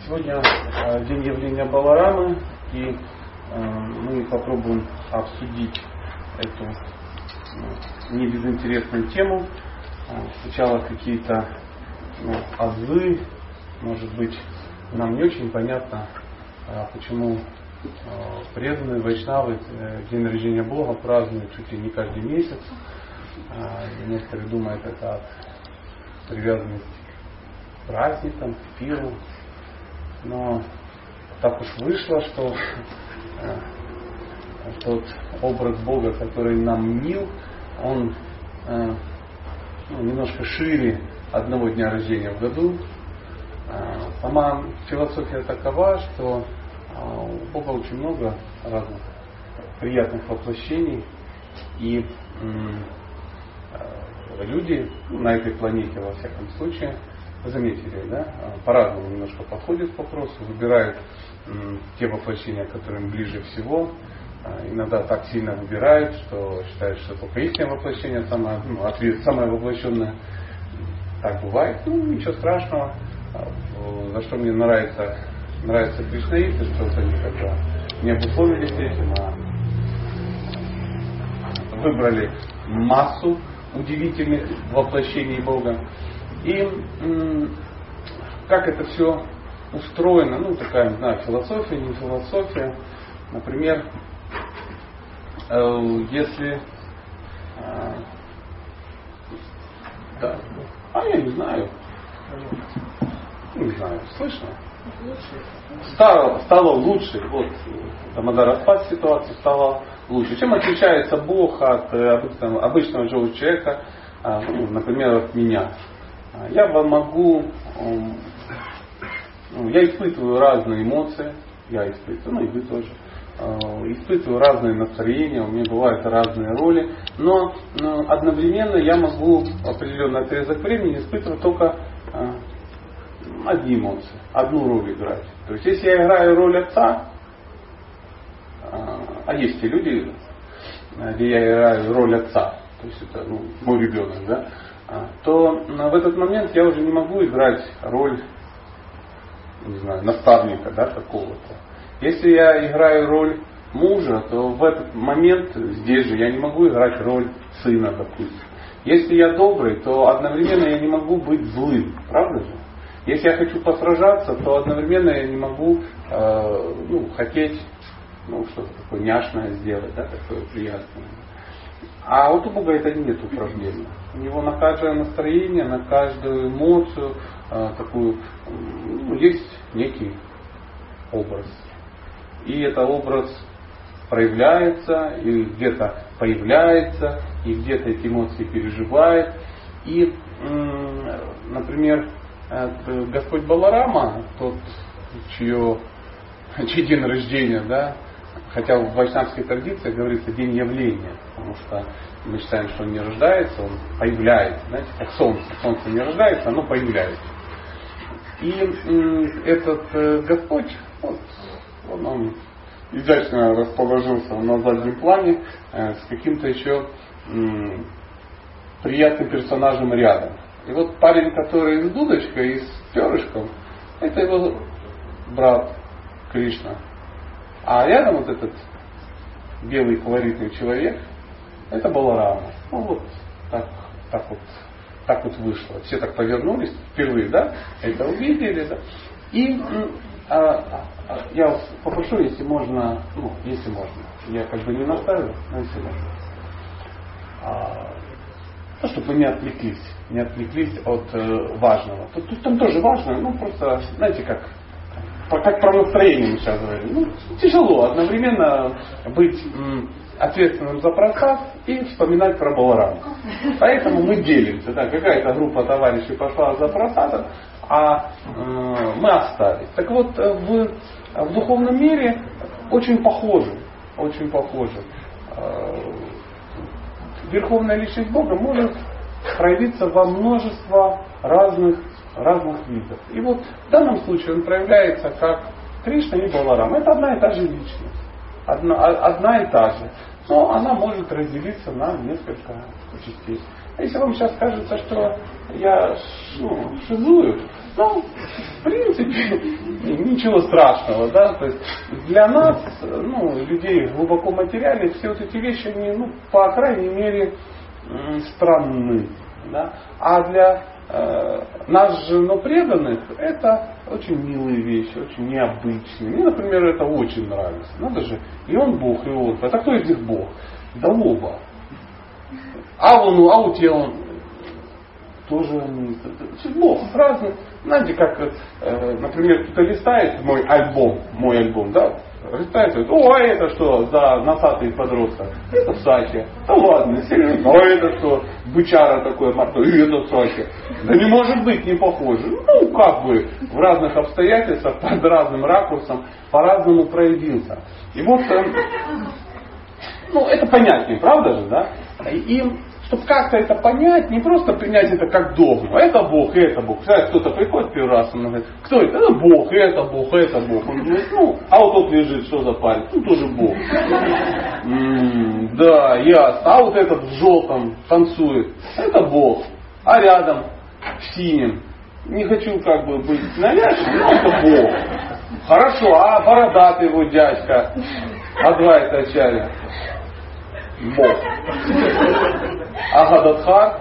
Сегодня день явления Баларамы, и мы попробуем обсудить эту не безинтересную тему. Сначала какие-то азы, может быть, нам не очень понятно, почему преданные вайшнавы день рождения Бога празднуют чуть ли не каждый месяц. Некоторые думают, это от привязанности к праздникам, к пиру. Но так уж вышло, что тот образ Бога, который нам мнил, он немножко шире одного дня рождения в году. Сама философия такова, что у Бога очень много разных приятных воплощений, и люди на этой планете, во всяком случае, вы заметили, да, по-разному немножко подходят к вопросу, выбирают те воплощения, которые им ближе всего. Иногда так сильно выбирают, что считают, что только их воплощение самое воплощенное. Так бывает. Ничего страшного. За что мне нравятся кришнаиты, что они когда не обусловились этим, а выбрали массу удивительных воплощений Бога. И как это все устроено, такая, не знаю, философия, не философия. Например, если... я не знаю. Не знаю, слышно? Стало лучше. Вот, Дамодар спас ситуацию, стало лучше. Чем отличается Бог от обычного живого человека, например, от меня? Я испытываю разные эмоции, и вы тоже. Испытываю разные настроения, у меня бывают разные роли, но одновременно я могу в определенный отрезок времени испытывать только одни эмоции, одну роль играть. То есть, если я играю роль отца, а есть те люди, где я играю роль отца, то есть это мой ребенок, да, то в этот момент я уже не могу играть роль, не знаю, наставника, да, какого-то. Если я играю роль мужа, то в этот момент здесь же я не могу играть роль сына, допустим. Если я добрый, то одновременно я не могу быть злым, правда же? Если я хочу посражаться, то одновременно я не могу хотеть что-то такое няшное сделать, да, такое приятное. А вот у Бога это нету проблемы. У него на каждое настроение, на каждую эмоцию есть некий образ. И этот образ проявляется, и где-то появляется, и где-то эти эмоции переживает. И, например, Господь Баларама, тот, чей день рождения, да, хотя в вайшнавской традиции говорится день явления, потому что мы считаем, что он не рождается, он появляется, знаете, как солнце. Солнце не рождается, оно появляется. И этот Господь, он изящно расположился на заднем плане с каким-то еще приятным персонажем рядом. И вот парень, который с дудочкой и с перышком, это его брат Кришна. А рядом вот этот белый колоритный человек, это Баларама. Так вот вышло. Все так повернулись впервые, да, это увидели, да. И я вас попрошу, если можно, я как бы не настаиваю, но если можно. Чтобы вы не отвлеклись от важного. Тут там тоже важно, просто, знаете, как про настроение мы сейчас говорим. Тяжело одновременно быть ответственным за просад и вспоминать про Балараму. Поэтому мы делимся. Да, какая-то группа товарищей пошла за просадом, а мы остались. Так вот, в духовном мире очень похоже. Верховная личность Бога может проявиться во множество разных видов. И вот в данном случае он проявляется как Кришна и Баларама. Это одна и та же личность. Одна и та же. Но она может разделиться на несколько частей. Если вам сейчас кажется, что я шизую, в принципе, ничего страшного, да, то есть для нас, людей глубоко материальных, все вот эти вещи, они, по крайней мере, странны, да, а для нас же, преданных, это очень милые вещи, очень необычные. Мне, например, это очень нравится. Надо же, и он Бог, и он. Это кто из них Бог? Да оба. А у тебя он тоже они. Бог разный. Знаете, как, например, кто-то листает мой альбом, да, листает, говорит, а это что за носатый подросток? Это Сача. Да ладно, серьезно. А это что, бычара такой, и это Сача. Да не может быть, не похоже. Как бы в разных обстоятельствах, под разным ракурсом, по-разному проявился. И вот, это понятнее, правда же, да? И чтобы как-то это понять, не просто принять это как догму. Это Бог, это Бог. Знаете, кто-то приходит первый раз, он говорит, кто это? Это Бог, это Бог, это Бог. Он говорит, а вот тут лежит, что за парень? Тоже Бог. Да, ясно. А вот этот в желтом танцует. Это Бог. А рядом в синем. Не хочу быть навязчивым, но это Бог. Хорошо, а бородатый его дядька Адвайтачарья? Бог. А Гададхар?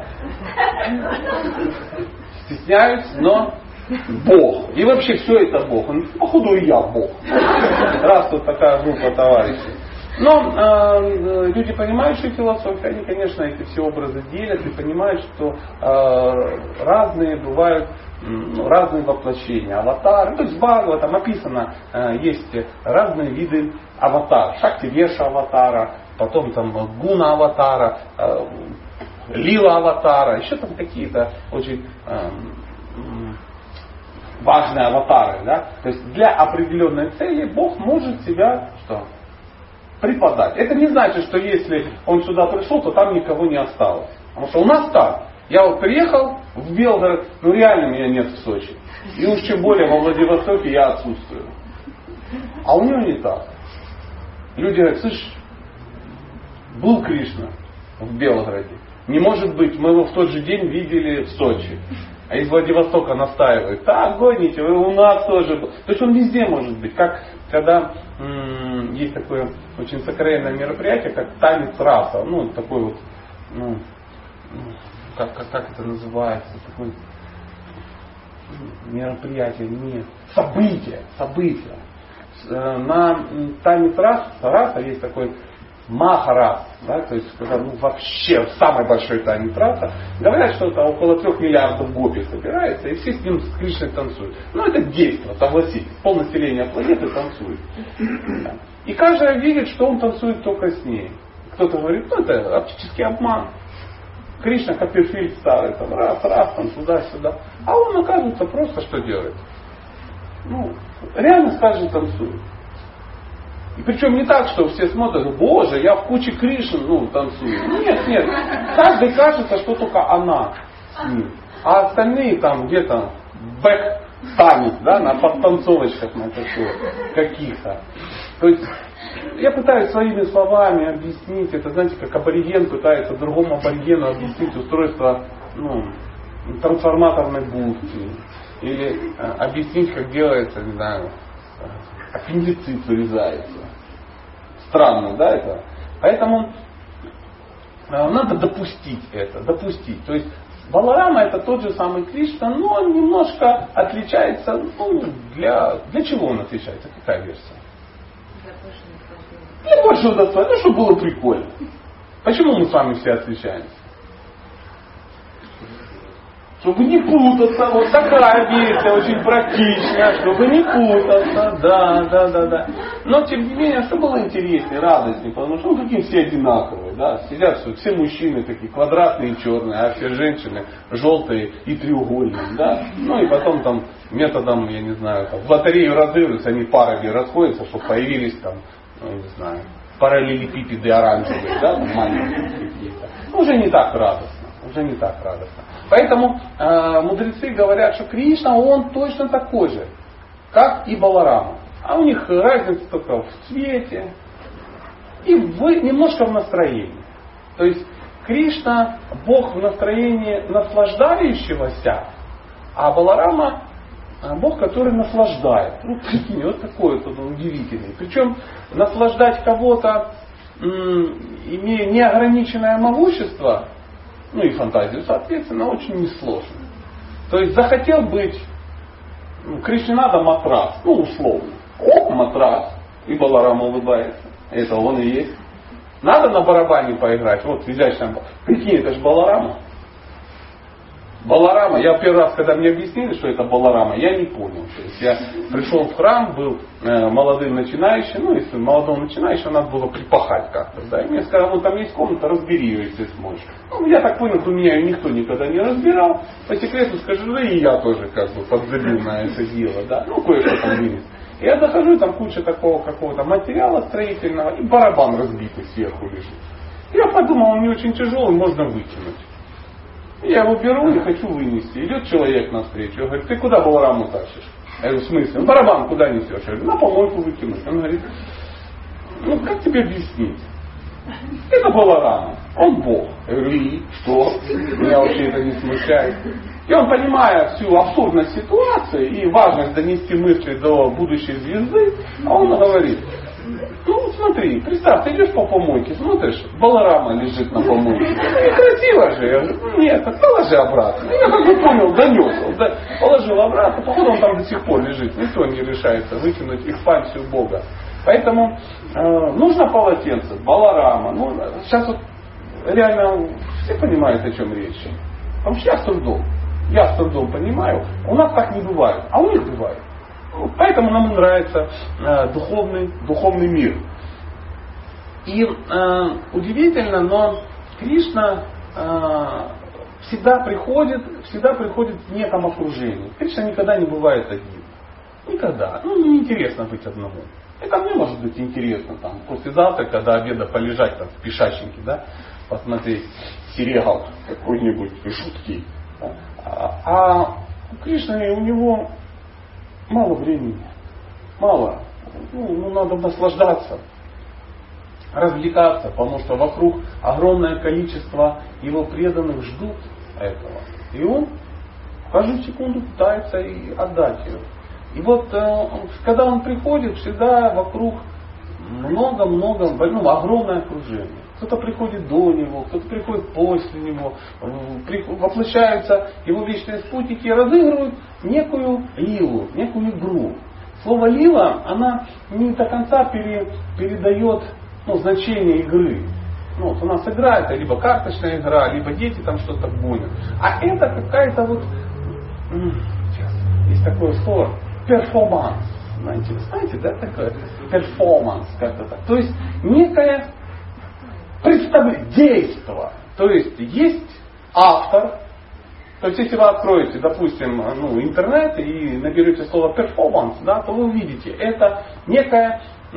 Стесняюсь, но Бог. И вообще все это Бог. Он, походу, и я Бог. Раз тут такая группа товарищей. Но люди, понимающие философию, они, конечно, эти все образы делят и понимают, что разные бывают, разные воплощения. Аватар, то есть в Бхагаватам там описано, есть разные виды аватар. Шактивеша аватара, потом там гуна аватара, лила аватара, еще там какие-то очень важные аватары. Да? То есть для определенной цели Бог может себя преподать. Это не значит, что если он сюда пришел, то там никого не осталось. Потому что у нас так. Я вот приехал в Белгород, реально меня нет в Сочи. И уж тем более во Владивостоке я отсутствую. А у него не так. Люди говорят, слышь, был Кришна в Белгороде. Не может быть, мы его в тот же день видели в Сочи. А из Владивостока настаивают. Так, гоните, у нас тоже был. То есть он везде может быть. Как когда есть такое очень сакральное мероприятие, как танец раса. Такой вот, как это называется? Такое мероприятие, нет. Событие. На танец раса есть такой Махарас, да, то есть когда вообще самый большой танец раса, говорят, что это около 3 миллиардов гопи собирается, и все с ним с Кришной танцуют. Это действо, согласитесь, полнаселение планеты танцует. Да. И каждый видит, что он танцует только с ней. Кто-то говорит, это оптический обман. Кришна Копперфильд старый, там раз, там туда-сюда. А он, оказывается, просто что делает? Реально с каждым танцует. И причем не так, что все смотрят, боже, я в куче Кришн танцую. Нет. Каждый кажется, что только она с ним. А остальные там где-то бэк танец, да, на подтанцовочках на каких-то. То есть я пытаюсь своими словами объяснить, это знаете, как абориген пытается другому аборигену объяснить устройство трансформаторной будки. Или объяснить, как делается, не знаю, аппендицит вырезается. Странно, да, это? Поэтому надо допустить это. То есть Баларама это тот же самый Кришна, но он немножко отличается. Для чего он отличается? Какая версия? Для большего достоинства. Чтобы было прикольно. Почему мы с вами все отличаемся? Чтобы не путаться, вот такая версия очень практичная, чтобы не путаться, да. Но тем не менее, что было интереснее, радостнее, потому что какие все одинаковые, да, сидят все мужчины такие квадратные и черные, а все женщины желтые и треугольные, да. И потом там методом, я не знаю, в батарею разрываются, они парами расходятся, чтобы появились там, не знаю, параллелепипеды оранжевые, да, там маленькие какие-то. Уже не так радостно. Поэтому мудрецы говорят, что Кришна, он точно такой же, как и Баларама. А у них разница только в цвете и немножко в настроении. То есть Кришна, Бог в настроении наслаждающегося, а Баларама Бог, который наслаждает. Ну, прикинь, вот такой вот он удивительный. Причем наслаждать кого-то, имея неограниченное могущество, ну и фантазию, соответственно, очень несложно. То есть захотел быть, Кришне надо матрас, ну условно. Оп, матрас. И Баларама улыбается. Это он и есть. Надо на барабане поиграть. Вот изящно. Прикинь, это же Баларама. Баларама. Я первый раз, когда мне объяснили, что это Баларама, я не понял. То есть я пришел в храм, был молодым начинающим, ну, если молодому начинающему надо было припахать как-то. Да? И мне сказали, ну там есть комната, разбери ее, если сможешь. Ну, я так понял, что меня ее никто никогда не разбирал. По секрету скажу, да и я тоже как бы подзабил на это дело. Да? Ну, кое-что там вынес. Я захожу, там куча такого какого-то материала строительного, и барабан разбитый сверху лежит. Я подумал, он не очень тяжелый, можно выкинуть. Я его беру и хочу вынести. Идет человек навстречу. Я говорю, ты куда Балараму тащишь? Я говорю, в смысле? Ну, барабан куда несешь? Я говорю, на помойку выкинуть. Он говорит, ну как тебе объяснить? Это Баларама. Он Бог. Я говорю, и что? Меня вообще это не смущает. И он, понимая всю абсурдность ситуации и важность донести мысли до будущей звезды, он говорит, ну смотри, представь, ты идешь по помойке, смотришь, Баларама лежит на помойке. Красиво же. Я говорю, нет, так положи обратно. Я как бы понял, донес. Положил обратно, походу он там до сих пор лежит. Никто не решается выкинуть экспансию Бога. Поэтому нужно полотенце, Баларама. Ну, сейчас вот реально все понимают, о чем речь. Потому что я с трудом понимаю, у нас так не бывает, а у них бывает. Поэтому нам нравится духовный мир. И удивительно, но Кришна всегда приходит в неком окружении. Кришна никогда не бывает один. Никогда. Ну, неинтересно быть одному. Это мне может быть интересно там, после завтрака до обеда полежать там, в пешачнике, да, посмотреть сериал какой-нибудь жуткий. Да. А у Кришны, у него мало времени. Мало. Ну, надо наслаждаться, развлекаться, потому что вокруг огромное количество его преданных ждут этого. И он в каждую секунду пытается и отдать ее. И вот когда он приходит, всегда вокруг много-много, огромное окружение. Кто-то приходит до него, кто-то приходит после него, воплощаются его вечные спутники и разыгрывают некую лилу, некую игру. Слово лила, она не до конца передает значение игры. Ну, вот у нас игра, это либо карточная игра, либо дети там что-то гонят. А это какая-то вот, сейчас, есть такое слово, перформанс. Знаете, да, такое? Перформанс, как-то так. То есть некое действо. То есть автор. То есть если вы откроете, допустим, интернет и наберете слово перформанс, да, то вы увидите, это некое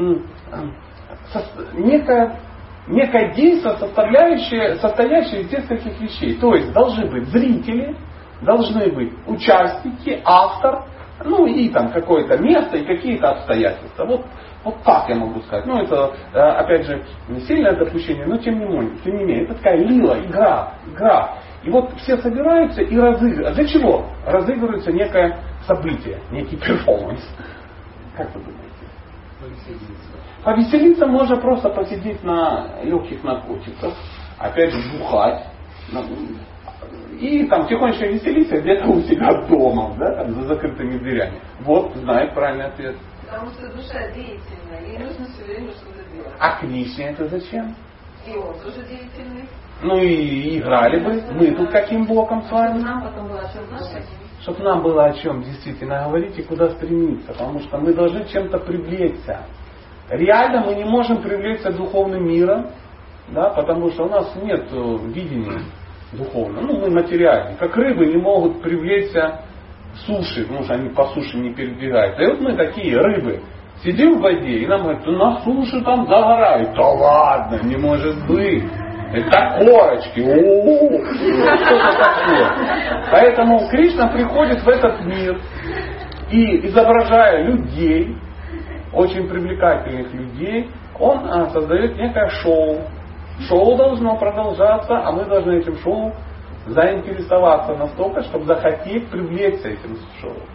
действие, состоящее из нескольких вещей. То есть должны быть зрители, должны быть участники, автор, и там какое-то место и какие-то обстоятельства. Вот так я могу сказать. Это, опять же, не сильное допущение, но тем не менее, это такая лила, игра. И вот все собираются и разыгрывают. Для чего? Разыгрывается некое событие, некий перформанс. Как вы думаете? Повеселиться можно просто посидеть на легких наркотиках, опять же, бухать. И там тихонечко веселиться где-то у себя дома, да, там, за закрытыми дверями. Вот, знает правильный ответ. Потому что душа деятельная, ей нужно все время что-то делать. А Кришне это зачем? И он тоже деятельный. И играли бы. Мы тут каким боком с вами? Нам потом было о чем говорить. Чтобы нам было о чем действительно говорить и куда стремиться. Потому что мы должны чем-то привлечься. Реально мы не можем привлечься духовным миром, да, потому что у нас нет видения духовного. Мы материальные. Как рыбы не могут привлечься суши, потому что они по суше не передвигаются. И вот мы такие рыбы. Сидим в воде, и нам говорят, на суше там загорают. Да ладно, не может быть. Это корочки. Что-то такое. Поэтому Кришна приходит в этот мир и, изображая людей, очень привлекательных людей, он создает некое шоу. Шоу должно продолжаться, а мы должны этим шоу заинтересоваться настолько, чтобы захотеть привлечься этим шоу.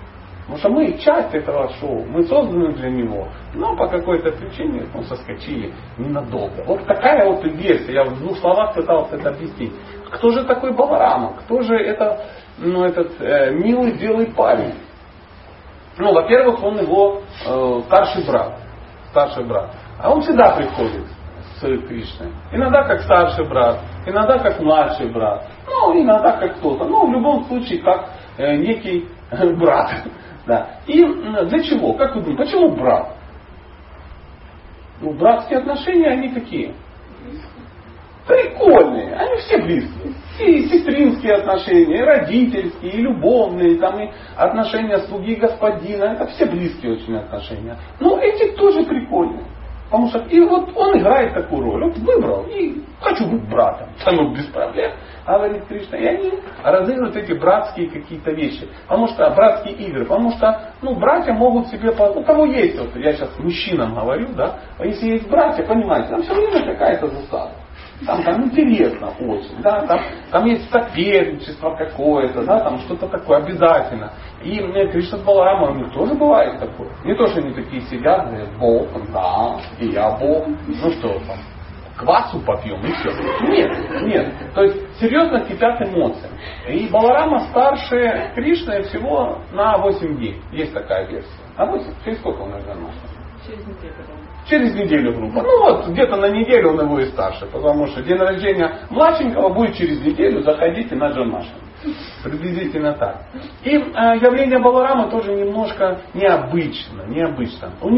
Потому что мы часть этого шоу, мы созданы для него, но по какой-то причине соскочили ненадолго. Вот такая вот версия, я в 2 словах пытался это объяснить. Кто же такой Баларама? Кто же это, этот милый белый парень? Во-первых, он его старший брат. А он всегда приходит с Кришной. Иногда как старший брат, иногда как младший брат, иногда как кто-то. В любом случае, как некий брат. Да. И для чего? Как вы думаете, почему брат? Братские отношения, они какие? Прикольные, они все близкие. И сестринские отношения, и родительские, и любовные, и отношения слуги и господина. Это все близкие очень отношения. Но эти тоже прикольные. Потому что и вот он играет такую роль. Вот выбрал и хочу быть братом. Без проблем, говорит Кришна. И они разыгрывают эти братские какие-то вещи. Потому что братские игры. Потому что братья могут себе... У кого есть, вот я сейчас мужчинам говорю, да, если есть братья, понимаете, там все время какая-то засада. Там интересно очень, да, там есть соперничество какое-то, да, там что-то такое обязательно. И Кришна с Баларамом, у них тоже бывает такое. Не то, что они такие сидят, говорят, Бог, да, и я Бог, что там, квасу попьем и все. Нет. То есть серьезно кипят эмоции. И Баларама старше Кришны всего на 8 дней. Есть такая версия. На 8? Через сколько он рожден? Через неделю, грубо. Где-то на неделю он его и старше, потому что день рождения младшенького будет через неделю, заходите на Джанмаштами. Приблизительно так. И явление Баларамы тоже немножко необычно. У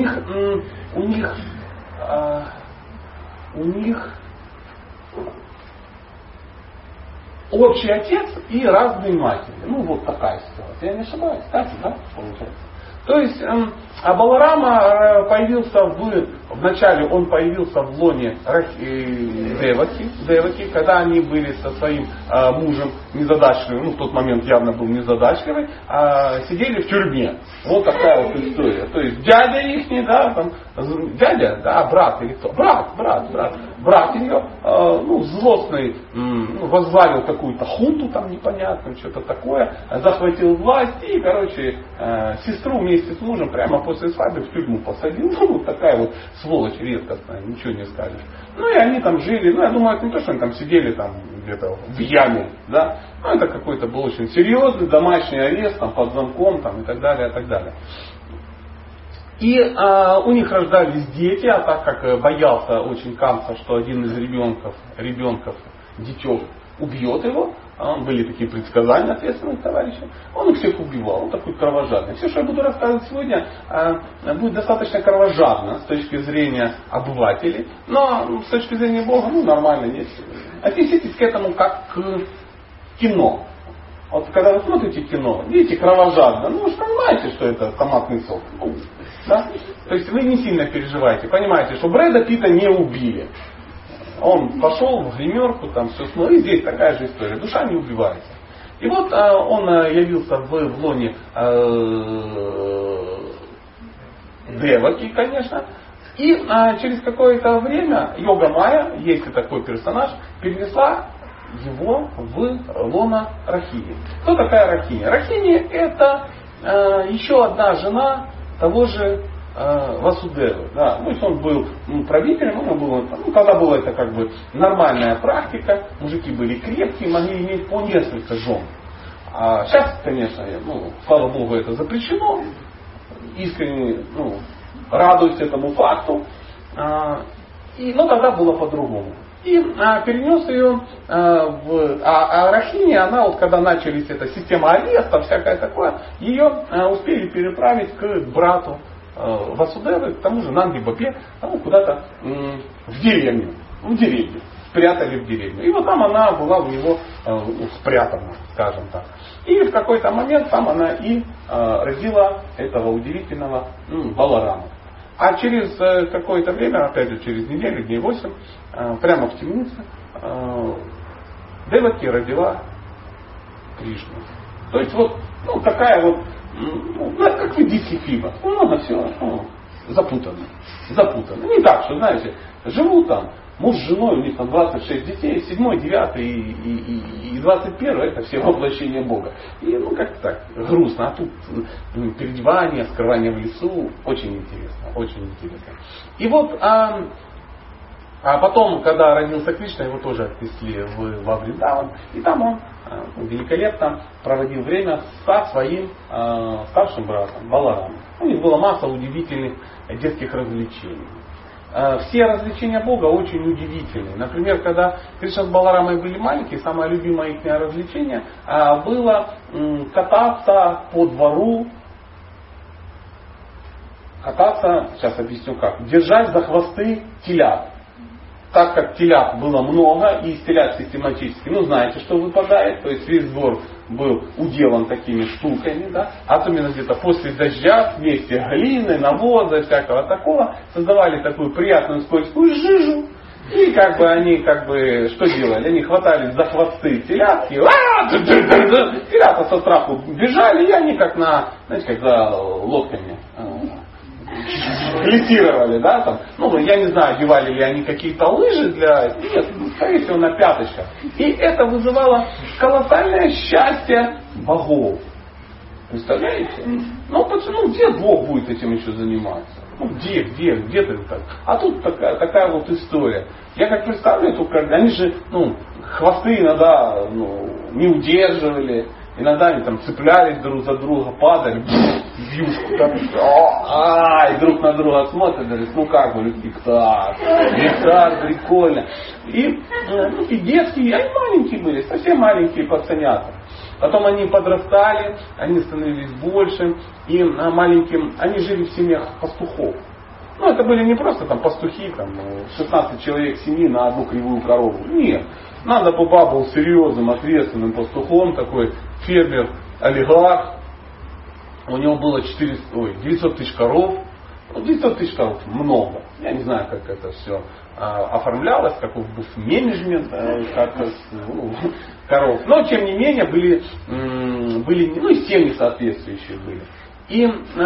них общий отец и разные матери. Вот такая ситуация. Я не ошибаюсь, так, да, получается. То есть Баларама вначале он появился в лоне Деваки, когда они были со своим мужем незадачливым, в тот момент явно был незадачливый, сидели в тюрьме. Вот такая вот история. То есть дядя их, брат или кто? Брат ее, злостный, возглавил какую-то хунту там непонятную, что-то такое, захватил власть и, сестру вместе с мужем прямо после свадьбы в тюрьму посадил. Такая вот сволочь редкостная, ничего не скажешь. И они там жили, я думаю, это не то, что они там сидели там где-то в яме, да, это какой-то был очень серьезный домашний арест, там под замком, там и так далее, и так далее. И у них рождались дети, а так как боялся очень Камса, что один из ребенков, дитё, убьет его, были такие предсказания ответственных товарищей, он их всех убивал, он такой кровожадный. Все, что я буду рассказывать сегодня, будет достаточно кровожадно с точки зрения обывателей, но с точки зрения Бога, нормально есть. Отнеситесь к этому как к кино. Вот когда вы смотрите кино, видите, кровожадно, вы же понимаете, что это томатный сок. Да? То есть вы не сильно переживаете, понимаете, что Брэда Питта не убили. Он пошел в гримерку, там все снова. И здесь такая же история. Душа не убивается. И вот он явился в лоне Деваки, конечно. И через какое-то время Йога Майя, есть и такой персонаж, перенесла его в лоно Рахини. Кто такая Рахини? Рахини это еще одна жена того же Васудевы. Да. То есть он был правителем, тогда была это как бы нормальная практика, мужики были крепкие, могли иметь по несколько жен. А сейчас, конечно, слава Богу, это запрещено. Искренне радуюсь этому факту. Но тогда было по-другому. И перенес ее а Рахини, она когда начались эта система ареста, всякое такое, ее успели переправить к брату Васудевы, к тому же Нанди Бабе, куда-то в деревню, спрятали в деревню. И вот там она была у него спрятана, скажем так. И в какой-то момент там она и родила этого удивительного Баларама. А через какое-то время, опять же через неделю, дней 8, прямо в темнице, Деваки родила Кришну. То есть вот такая вот, как в индийских фильмах, много всего запутано. Не так, что, знаете, живут там Муж с женой, у них там 26 детей, 7, 9 и 21 это все воплощение Бога. И как-то так, грустно. А тут переодевание, скрывание в лесу, очень интересно, очень интересно. И вот, а потом, когда родился Кришна, его тоже отнесли во Вриндаван, и там он великолепно проводил время со своим старшим братом Баларамом. У них была масса удивительных детских развлечений. Все развлечения Бога очень удивительные. Например, когда Кришна с Баларамой были маленькие, самое любимое их развлечение было кататься по двору. Кататься, сейчас объясню как, держать за хвосты телят. Так как телят было много, и из телят систематически, знаете, что выпадает, то есть весь двор был уделан такими штуками, да, особенно где-то после дождя, вместе глины, навоза, всякого такого, создавали такую приятную скользкую жижу, и они что делали? Они хватались за хвосты телят, и телята со страху бежали, и они как за лодками глиссировали, да, там, я не знаю, одевали ли они какие-то лыжи нет, скорее всего, на пяточках. И это вызывало колоссальное счастье богов. Представляете? Где Бог будет этим еще заниматься? Где ты так? А тут такая вот история. Я как представляю, они же, хвосты иногда, не удерживали. Иногда они там цеплялись друг за друга, падали, в юшку, и друг на друга смотрят, говорят, гектар, прикольно. И детские, они маленькие были, совсем маленькие пацанята. Потом они подрастали, они становились больше, и маленьким, они жили в семьях пастухов. Это были не просто пастухи, 16 человек семьи на одну кривую корову. Нет. Надо Баба был серьезным, ответственным пастухом, такой фермер, олигарх. У него было 900 тысяч коров. 900 тысяч коров много. Я не знаю, как это все оформлялось, какой был менеджмент коров. Но, тем не менее, были и семьи соответствующие были. И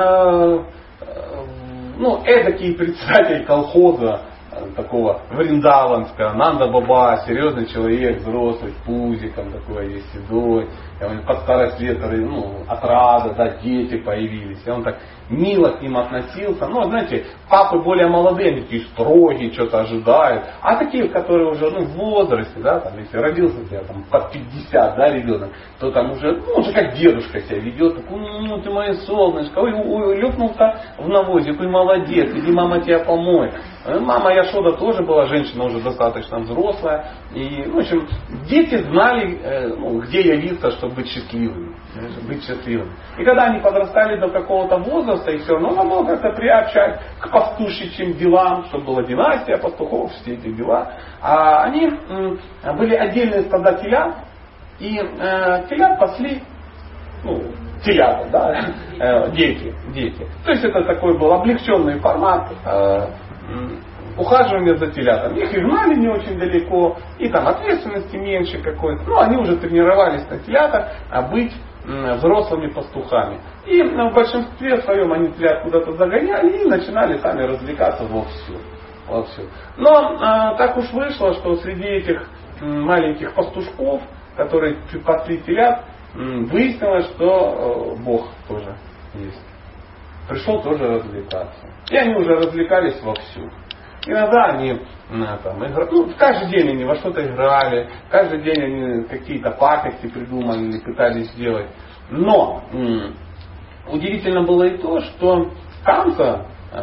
эдакий председатель колхоза, такого вриндаванского, Нанда Баба, серьезный человек, взрослый, с пузиком такой весь седой, под старость лета, отрада, да, дети появились, и он так мило к ним относился. Знаете, папы более молодые, они такие строгие, что-то ожидают, а такие, которые уже в возрасте, да, если родился у тебя под 50, да, ребенок, то там уже как дедушка себя ведет, такой, ты мое солнышко, ой, лёпнул-то в навозе, какой молодец, иди, мама тебя помоет. Мама Яшода тоже была женщина уже достаточно взрослая. И, в общем, дети знали, где явиться, чтобы быть счастливыми. И когда они подрастали до какого-то возраста, и все равно надо было как-то приобщать к пастушечьим делам, чтобы была династия пастухов, все эти дела. А они были отдельные стада телят, и телят пасли, телята, да, дети. То есть это такой был облегченный формат ухаживания за телятами. Их и гнали не очень далеко, и ответственности меньше какой-то. Они уже тренировались на телятах, быть взрослыми пастухами. И в большинстве своем они телят куда-то загоняли и начинали сами развлекаться вовсю. Но так уж вышло, что среди этих маленьких пастушков, которые пасли телят, выяснилось, что Бог тоже есть. Пришел тоже развлекаться. И они уже развлекались вовсю. Иногда они каждый день они во что-то играли, каждый день они какие-то пакости придумали или пытались сделать. Но удивительно было и то, что Камса,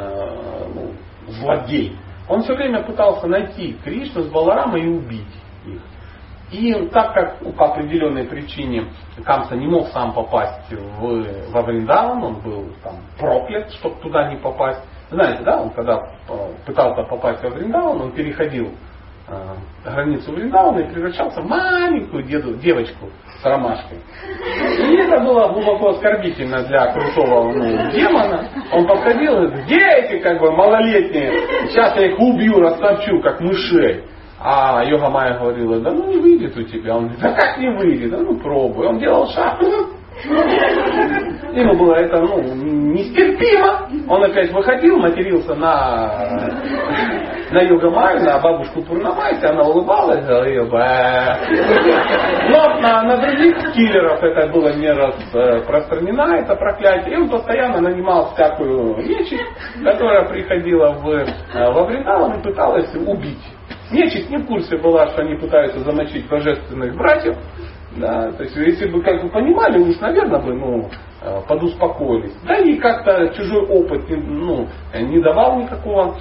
злодей, он все время пытался найти Кришну с Баларамой и убить их. И так как по определенной причине Камса не мог сам попасть во Вриндаван, он был проклят, чтобы туда не попасть. Знаете, да, он когда пытался попасть во Вриндаван, он переходил границу Вриндавана и превращался в маленькую девочку с ромашкой. И это было глубоко оскорбительно для крутого демона. Он подходил и говорит, где эти малолетние? Сейчас я их убью, растопчу, как мышей. А Йога Майя говорила, да не выйдет у тебя. Он говорит, да как не выйдет? Да пробуй. Он делал шаг. Ему было это нестерпимо. Он опять выходил, матерился на Йога-майю, на бабушку Пурнамайте, она улыбалась, говорила, но на других киллеров это было не распространено, это проклятие. И он постоянно нанимал всякую нечисть, которая приходила во Вриндаван и пыталась убить. Нечисть не в курсе была, что они пытаются замочить божественных братьев. Да, то есть, если бы как бы понимали, уж, наверное, бы подуспокоились. Да и как-то чужой опыт не давал никакого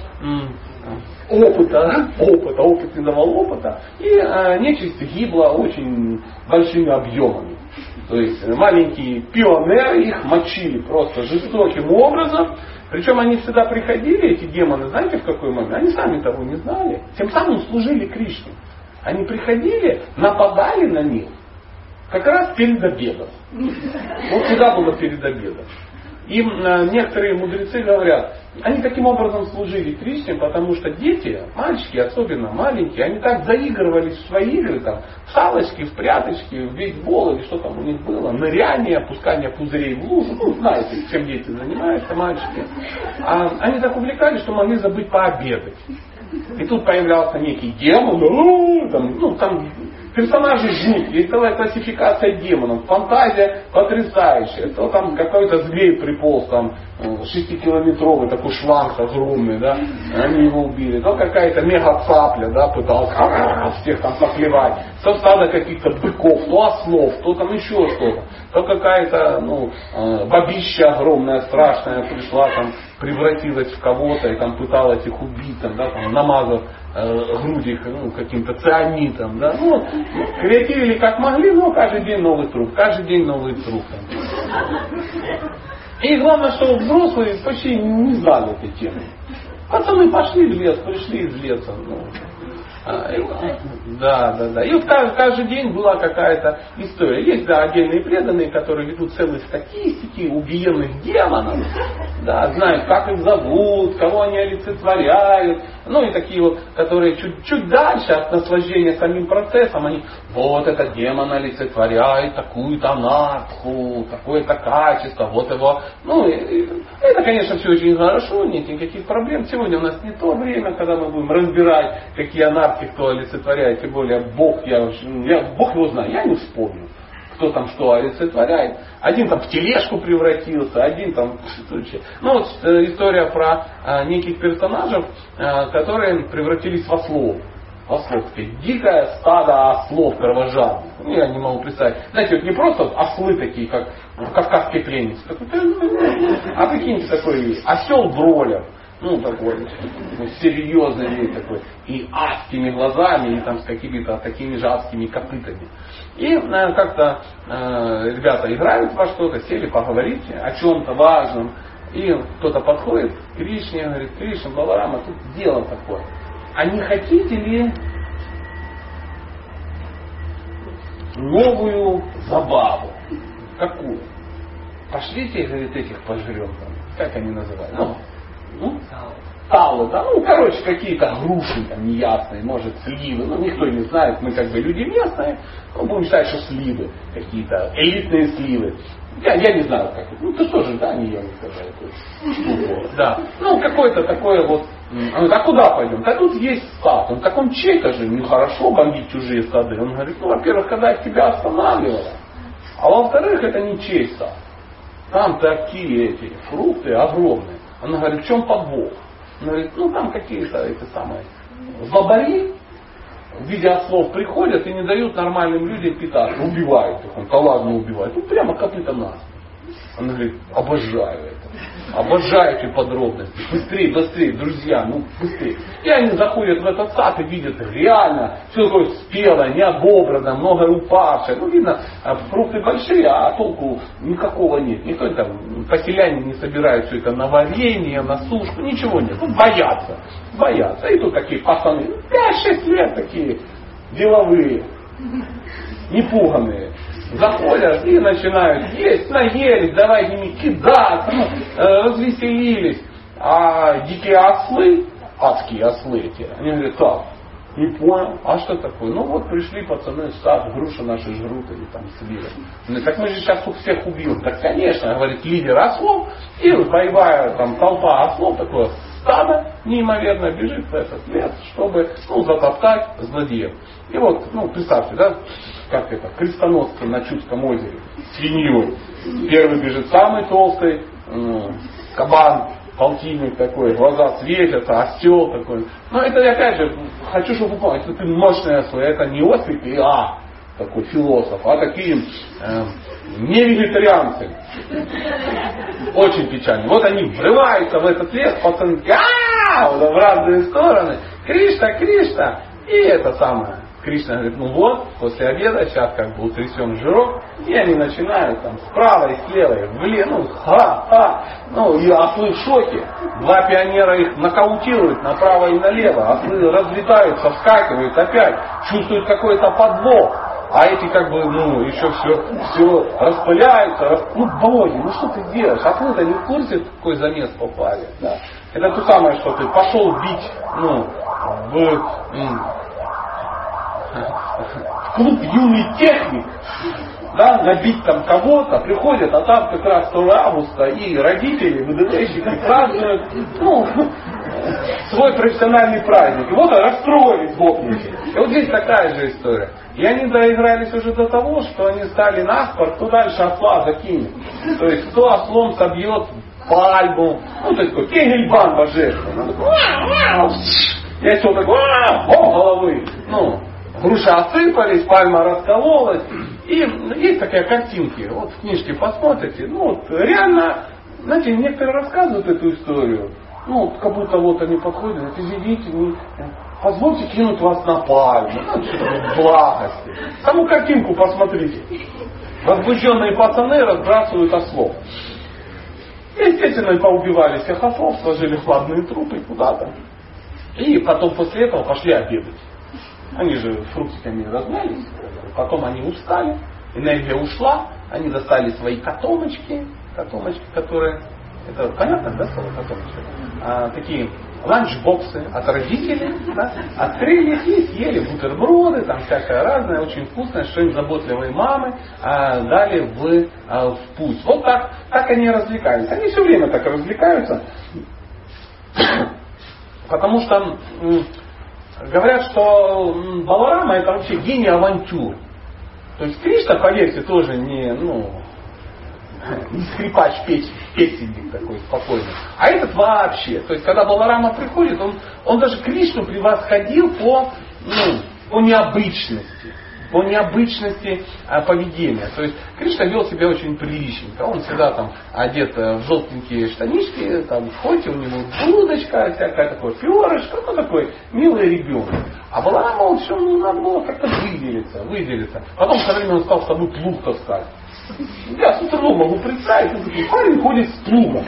опыт не давал опыта. И нечисть гибла очень большими объемами. То есть маленькие пионеры их мочили просто жестоким образом. Причем они всегда приходили, эти демоны, знаете в какой момент? Они сами того не знали. Тем самым служили Кришне. Они приходили, нападали на них как раз перед обедом. Вот всегда было перед обедом. И некоторые мудрецы говорят, они таким образом служили Кришне, потому что дети, мальчики, особенно маленькие, они так заигрывались в свои игры, там, в салочки, в пряточки, в бейсбол или что там у них было, ныряние, опускание пузырей в лужу, знаете, чем дети занимаются, мальчики. Они так увлекались, что могли забыть пообедать. И тут появлялся некий демон, там персонажи жуть, есть целая классификация демонов, фантазия потрясающая. То там какой-то зверь приполз, там 6-километровый такой шланг огромный, да, они его убили. То какая-то мега-цапля, да, пыталась всех там поплевать. То стадо каких-то быков, то ослов, то там еще что-то. То какая-то, бабища огромная, страшная пришла, там, превратилась в кого-то и там пыталась их убить, там, да, там, намазав грудь их каким-то цианитом. Да. Креативили как могли, но каждый день новый труп. Каждый день новый труп. И главное, что взрослые почти не знали этой темы. Пацаны пошли в лес, пришли из леса. Да. И вот каждый день была какая-то история. Есть, да, отдельные преданные, которые ведут целые статистики убиенных демонов, да, знают, как их зовут, кого они олицетворяют. И такие вот, которые чуть дальше от наслаждения самим процессом, они, вот этот демон олицетворяет такую-то анарху, такое-то качество, вот его. Это, конечно, все очень хорошо, нет никаких проблем. Сегодня у нас не то время, когда мы будем разбирать, какие анархи кто олицетворяет, тем более Бог, Бог его знает, я не вспомню, кто там что олицетворяет. Один там в тележку превратился, один там... история про неких персонажей, которые превратились в ослов. Ослов, дикое стадо ослов кровожадных. Я не могу представить. Знаете, вот не просто ослы такие, как кавказский пленниц. А прикиньте, такой осел-бролер. Такой серьезный такой, и адскими глазами, и там с какими-то такими же адскими копытами. И как-то ребята играют во что-то, сели поговорить о чем-то важном, и кто-то подходит к Кришне, говорит, Кришна, Баларама, тут дело такое. А не хотите ли новую забаву? Какую? Пошлите, говорит, этих пожрем там. Как они называют? Сало, да, какие-то груши там неясные, может, сливы, никто не знает, мы как бы люди местные, будем считать, что сливы, какие-то элитные сливы. Я не знаю, как это. Ты что же, да, не ел никогда эту штуку. Да. Какое-то такое вот. А куда пойдем? Да тут есть сад. Так он чей-то же, нехорошо бомбить чужие сады. Он говорит, во-первых, когда я тебя останавливала, а во-вторых, это не чей сад. Там такие эти фрукты огромные. Она говорит, в чем подвох? Она говорит, там какие-то эти самые злобари в виде ослов приходят и не дают нормальным людям питаться. Убивают их. Он, да ладно, убивают. Прямо копыта нас. Она говорит, обожаю это. Обожаю эти подробности. Быстрее, друзья, быстрее. И они заходят в этот сад и видят реально все такое спелое, необобранное, многое упавшее. Видно, фрукты большие, а толку никакого нет. Никто там, поселяне не собирают все это на варенье, на сушку, ничего нет. Боятся. И тут такие пацаны, 5-6 лет такие деловые, непуганные. Заходят и начинают есть, наелись, давай ними кидаться, развеселились. А дикие ослы, адские ослы эти, они говорят, так, Не понял. А что такое? Ну вот пришли пацаны в сад, груши наши жрут или там слили. Ну так мы же сейчас тут всех убьем. Так конечно, говорит лидер ослов, и боевая там толпа ослов, такое стадо неимоверно бежит в этот лес, чтобы затоптать злодеев. И вот, представьте, да, как это, крестоносцы на Чудском озере, свиньей. Первый бежит самый толстый, кабан, полтинник такой, глаза светятся, осел такой. Но это я опять же хочу, чтобы вы поняли, что ты мощный осел, это не Осип и такой философ, а такие не вегетарианцы. Очень печально. Вот они врываются в этот лес, пацаны в разные стороны. Кришна, Кришна. И это самое. Кришна говорит, после обеда сейчас как бы утрясем жирок, и они начинают там справа и слева, и ослы в шоке. Два пионера их нокаутируют направо и налево, ослы разлетаются, вскакивают опять, чувствуют какой-то подвох. А эти как бы, еще все распыляются. Володя, что ты делаешь? Ослы-то не в курсе, в какой замес попали. Да? Это то самое, что ты пошел бить, в клуб юный техник, да, набить там кого-то, приходят, а там как раз 2 августа, и родители, ВДВщики празднуют, свой профессиональный праздник. И вот расстроились гопники. И вот здесь такая же история. И они доигрались уже до того, что они стали наспор, кто дальше осла закинет. То есть кто ослом собьет пальму, то есть такой кегельбан божественный. И осел такой, головы. Груши осыпались, пальма раскололась. И есть такие картинки. Вот в книжке посмотрите. Реально, знаете, некоторые рассказывают эту историю. Как будто они подходят, говорят, извините, позвольте кинуть вас на пальму. Что-то благости. Саму картинку посмотрите. Возбужденные пацаны разбрасывают ослов. Естественно, поубивали всех ослов, сложили хладные трупы куда-то. И потом после этого пошли обедать. Они же фруктиками размялись, потом они устали, энергия ушла, они достали свои котомочки, которые, это понятно, да, слово котомочка? Такие ланчбоксы от родителей, да, открыли и съели бутерброды, там всякое разное, очень вкусное, что им заботливые мамы дали в путь. Вот так они развлекались. Они все время так развлекаются, потому что говорят, что Баларама это вообще гений авантюр. То есть Кришна, поверьте, тоже не скрипач, песенник такой спокойный. А этот вообще. То есть когда Баларама приходит, он даже Кришну превосходил по необычности. По необычности поведения. То есть Кришна вел себя очень приличненько. Он всегда там одет в желтенькие штанишки, там хоть у него дудочка, всякая такое перышко, такой милый ребенок. А Баларама он все, надо было как-то выделиться. Потом со временем он стал с тобой плуг таскать. Я с трудом могу представить, парень ходит с плугом.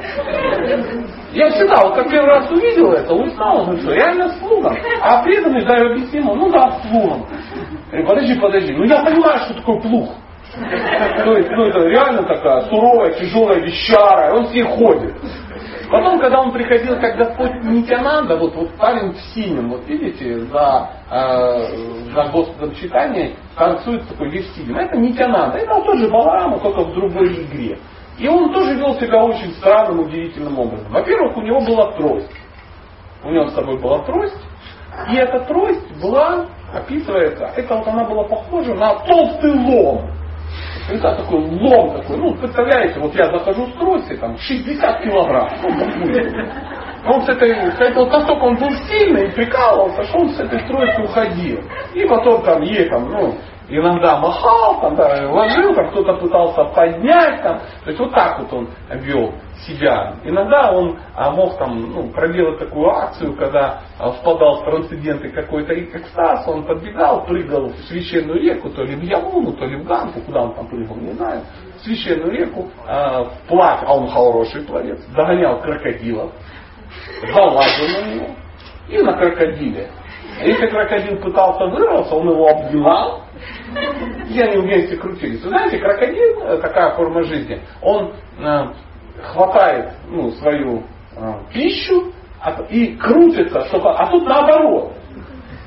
Я всегда, как первый раз увидел это, узнал, что реально с плугом. А преданный, я объяснил, с плугом. Я говорю, подожди, я понимаю, что такое плуг. То есть, это реально такая суровая, тяжелая вещара, он с ней ходит. Потом, когда он приходил, как Господь Нитянанда, вот парень в синем, видите, за Господом читания танцует такой весь синим. Это Нитянанда, это тот же Баларама, только в другой игре. И он тоже вел себя очень странным, удивительным образом. Во-первых, у него была трость. У него с собой была трость. И эта трость была, описывается, она была похожа на толстый лом. Это такой лом такой, представляете, я захожу с трости, 60 килограмм. Он настолько он был сильный и прикалывался, что он с этой тростью уходил. И потом ей иногда махал, ложил, кто-то пытался поднять. То есть вот так он вел себя. Иногда он мог проделать такую акцию, когда впадал в трансцендентный какой-то экстаз, он подбегал, прыгал в священную реку, то ли в Ямуну, то ли в Гангу, куда он там прыгал, не знаю, в священную реку, вплавь, а он хороший пловец, догонял крокодилов, залазил на него и на крокодиле. Если крокодил пытался вырваться, он его обнимал, и они вместе крутились. Вы знаете, крокодил, такая форма жизни, он хватает свою пищу и крутится, а тут наоборот.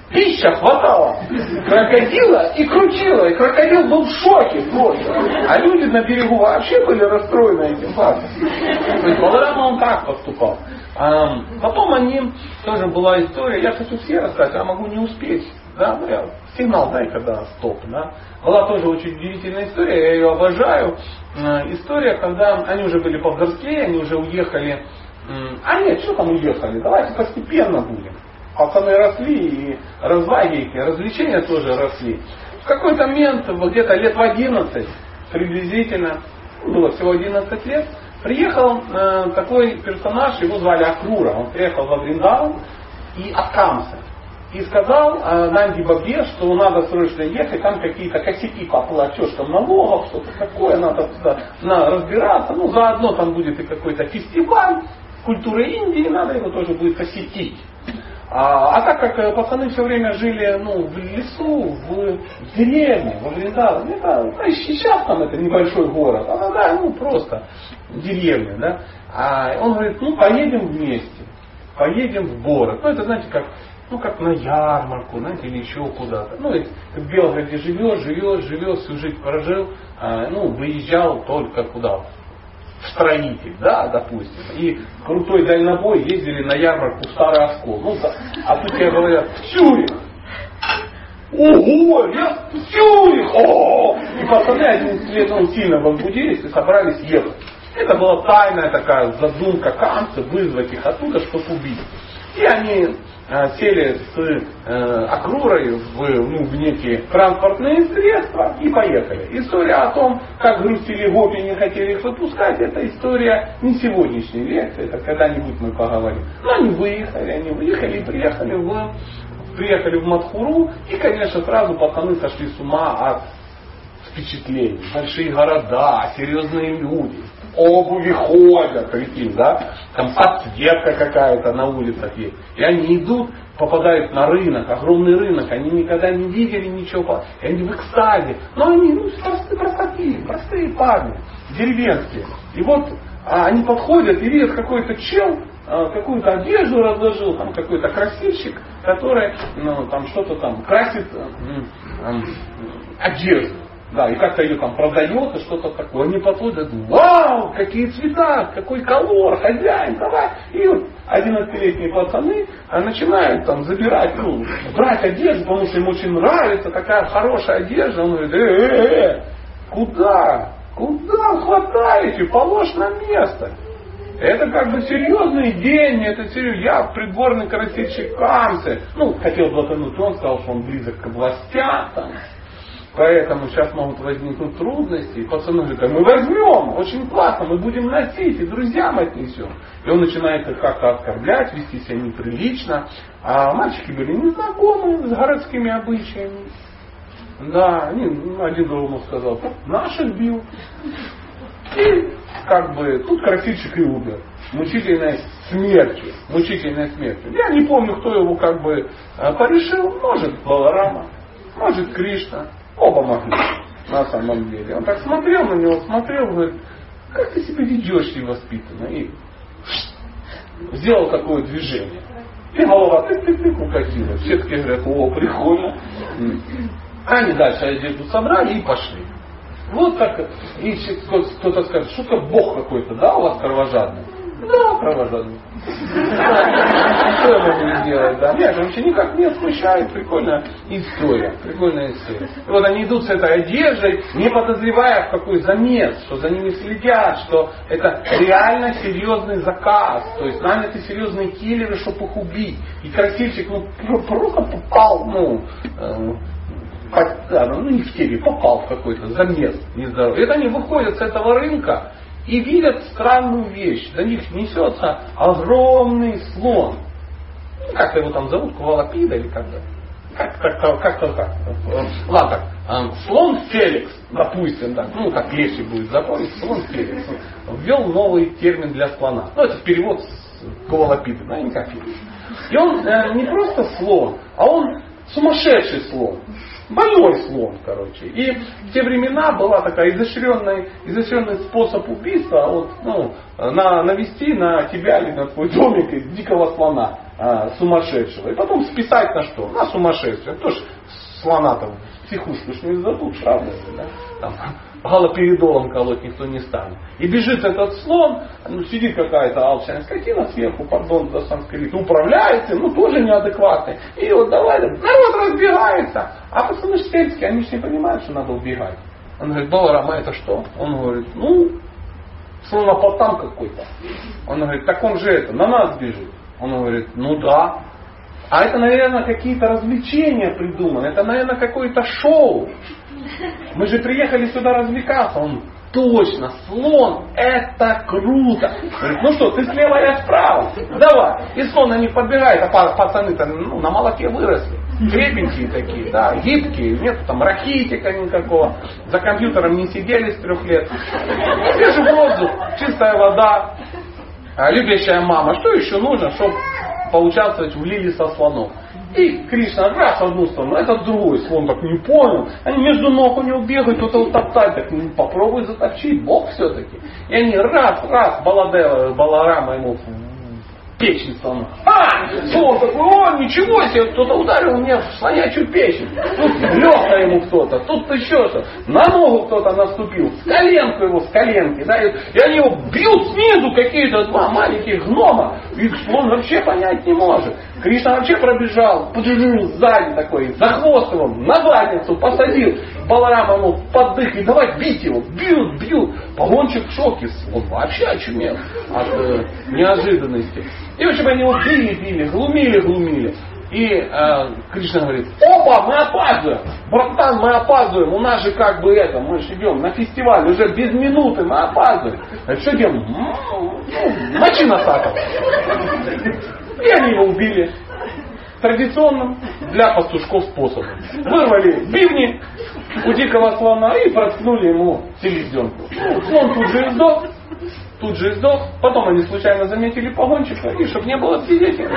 Пища хватала крокодила и крутила. И крокодил был в шоке просто. А люди на берегу вообще были расстроены этим фактом. То есть Баларама он так поступал. Потом они, тоже была история, я хочу все рассказать, а могу не успеть. Да, ну я сигнал дай, когда стоп. Да. Была тоже очень удивительная история, я ее обожаю. История, когда они уже были повзрослее, они уже уехали. А нет, что там уехали? Давайте постепенно будем. Пацаны росли, и разваги их, и развлечения тоже росли. В какой-то момент, где-то лет в 11, приблизительно, было всего 11 лет, приехал такой персонаж, его звали Акрура. Он приехал во Вриндаван и от Камса. И сказал Нанди Бабе, что надо срочно ехать, там какие-то косяки по платежкам налогов, что-то такое, надо туда разбираться. Ну, заодно там будет и какой-то фестиваль культуры Индии, надо его тоже будет посетить. А так как пацаны все время жили в лесу, в деревне, во Вриндаване, и сейчас там это небольшой город, просто деревня. Да? А он говорит, поедем вместе, поедем в город. Это знаете, как на ярмарку, знаете, или еще куда-то. В Белгороде живешь, всю жизнь прожил, выезжал только куда? В Строитель, да, допустим. И крутой дальнобой ездили на ярмарку в Старый Оскол. А тут тебе говорят, Цюрих. Ого, я Цюрих! И пацаны 11 лет сильно возбудились и собрались ехать. Это была тайная такая задумка Камса вызвать их оттуда, чтобы убить. И они сели с Акрурой в некие транспортные средства и поехали. История о том, как грустили гопи и не хотели их выпускать, это история не сегодняшней лекции, это когда-нибудь мы поговорим. Но они выехали и приехали в Мадхуру, и, конечно, сразу пацаны сошли с ума от впечатлений. Большие города, серьезные люди. Обуви ходят, прикинь, да? Там подсветка какая-то на улицах есть. И они идут, попадают на рынок, огромный рынок, они никогда не видели ничего, и они в экстазе. Но они простые парни, деревенские. И вот они подходят и видят какой-то чел, какую-то одежду разложил, там какой-то красильщик, который там что-то там красит одежду. Да, и как-то ее там продает и что-то такое. Они подходят, вау, какие цвета, какой колор, хозяин, давай. И вот 11-летние пацаны начинают там забирать, брать одежду, потому что им очень нравится такая хорошая одежда. Он говорит, куда? Куда хватаете? Положь на место. Это как бы серьезный день, это серьезно. Я придворный красильщик Камсы. Хотел блатануть, он сказал, что он близок к властям там. Поэтому сейчас могут возникнуть трудности. И пацаны говорят, мы возьмем, очень классно, мы будем носить, и друзьям отнесем. И он начинает их как-то оскорблять, вести себя неприлично. А мальчики были незнакомы с городскими обычаями. Да, один другому сказал, наших бил. И тут красильщик и умер. Мучительной смертью. Я не помню, кто его порешил. Может, Баларама, может, Кришна. Оба могли, на самом деле. Он так смотрел на него, говорит, как ты себя ведешь невоспитанно. И сделал такое движение. И голова тык-тык-тык укатила. Все такие говорят, прикольно. Они дальше одежду собрали и пошли. Вот так. И кто-то скажет, что-то Бог какой-то, да, у вас кровожадный? Да, кровожадный. Что я могу сделать? Да? Меня это вообще никак не смущает. Прикольная история. И вот они идут с этой одеждой, не подозревая, в какой замес, что за ними следят, что это реально серьезный заказ. То есть наняты серьезные киллеры, чтобы их убить. И красильщик просто попал, не в теле, попал в какой-то замес нездоровый. И они выходят с этого рынка и видят странную вещь. До них несется огромный слон. Как-то его там зовут, Кувалапида или как-то. Как-то так. Ладно, слон Феликс, допустим, да, как легче будет запомнить, слон Феликс. Ввел новый термин для слона. Это перевод с Кувалапиды, да, не как Феликс. И он не просто слон, а он сумасшедший слон. Больной слон, короче. И в те времена была такая изощренный способ убийства, вот, навести на тебя или на твой домик дикого слона сумасшедшего. И потом списать на что? На сумасшествие. Кто ж слона там в психушку ж не зададут, правда? Да? Там, галоперидолом колоть никто не станет. И бежит этот слон, сидит какая-то алчная скотина сверху, пардон за санскрит, управляется, тоже неадекватный. И вот давай, народ разбегается. А пацаны сельские, они же не понимают, что надо убегать. Он говорит, Баларам, а это что? Он говорит, слонопотам какой-то. Он говорит, так он же на нас бежит. Он говорит, да. А это, наверное, какие-то развлечения придуманы. Это, наверное, какое-то шоу. Мы же приехали сюда развлекаться. Он, точно, слон, это круто. Говорит, ну что, ты слева, я справа. Давай. И слон на них подбегает, а пацаны-то на молоке выросли. Крепенькие такие, да, гибкие, нет там рахитика никакого. За компьютером не сидели с 3 лет. Свежий воздух, чистая вода, любящая мама. Что еще нужно, чтобы поучаствовать в лиле со слоном? И Кришна раз в одну сторону, этот другой. Слон так не понял. Они между ног у него бегают, кто-то топтать. Так попробуй затопчить, Бог все-таки. И они раз, Баларама ему в печень слона. Слон такой, ничего себе, кто-то ударил мне в слонячую печень. Тут легко ему кто-то, тут еще что. На ногу кто-то наступил, с коленку его, с коленки. Да, и они его бьют снизу, какие-то 2 маленьких гнома. И слон вообще понять не может. Кришна вообще пробежал, сзади такой, за хвост его, на задницу посадил. Баларама ему под дых и давай бить его. Бьют. Погонщик в шоке. Слон вообще очумел от неожиданности. И в общем они его били, глумили. И Кришна говорит, опа, мы опаздываем. Братан, мы опаздываем. У нас же как бы мы же идем на фестиваль. Уже без минуты мы опаздываем. Что делаем? Мочи на сахар. И они его убили. Традиционным для пастушков способом. Вырвали бивни у дикого слона и проткнули ему селезенку. Слон тут же сдох. Потом они случайно заметили погонщика, и чтобы не было свидетелей.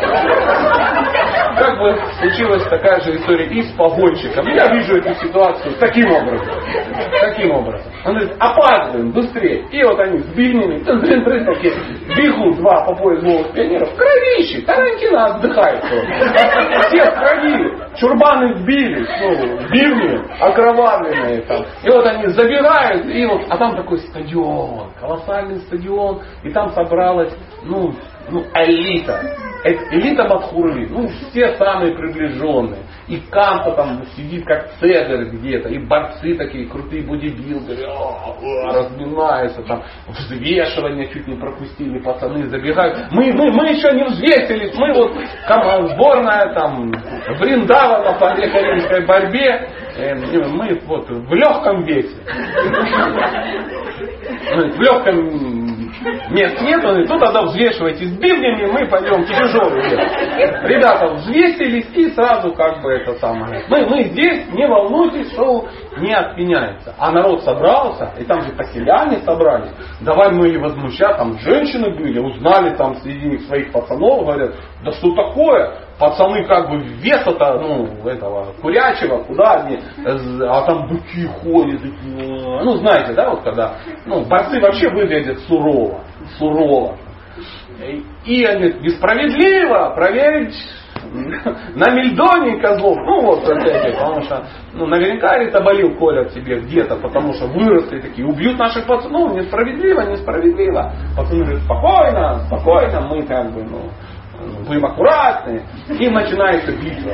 Как бы случилась такая же история и с погонщиком. Я вижу эту ситуацию таким образом. Он говорит, опаздываем, быстрее. И вот они с бивнями, такие, бегут 2 по пояс голых пионеров. Кровищи, Тарантино отдыхает. Все в крови, чурбаны сбили, бивни окровавленные там. И вот они забегают, и вот, а там такой стадион, колоссальный стадион, и там собралась, элита. Элита Мадхуры, все самые приближенные. И Канта там сидит как Цезарь где-то, и борцы такие крутые бодибилдеры, разминаются, там взвешивание чуть не пропустили, пацаны забегают. Мы еще не взвесились, мы вот сборная там Вриндавана по греко-римской борьбе, мы вот в легком весе. В легком мест нет, и тут тогда взвешивайте с бивнями, мы пойдем тяжелый вес. Ребята взвесились и сразу как бы это самое. Мы здесь, не волнуйтесь, шоу не отменяется. А народ собрался, и там же поселяне собрались. Давай мы и возмущаться, там женщины были, узнали там среди них своих пацанов, говорят, да что такое? Пацаны как бы веса-то, этого курячего, куда они, а там быки ходят, такие, знаете, да, вот когда, борцы вообще выглядят сурово. И они несправедливо проверить на мельдоне козлов, потому что, наверняка ритоболил колят тебе где-то, потому что выросли такие, убьют наших пацанов, несправедливо. Пацаны говорят, спокойно, мы как бы, будем аккуратны. И начинается битва.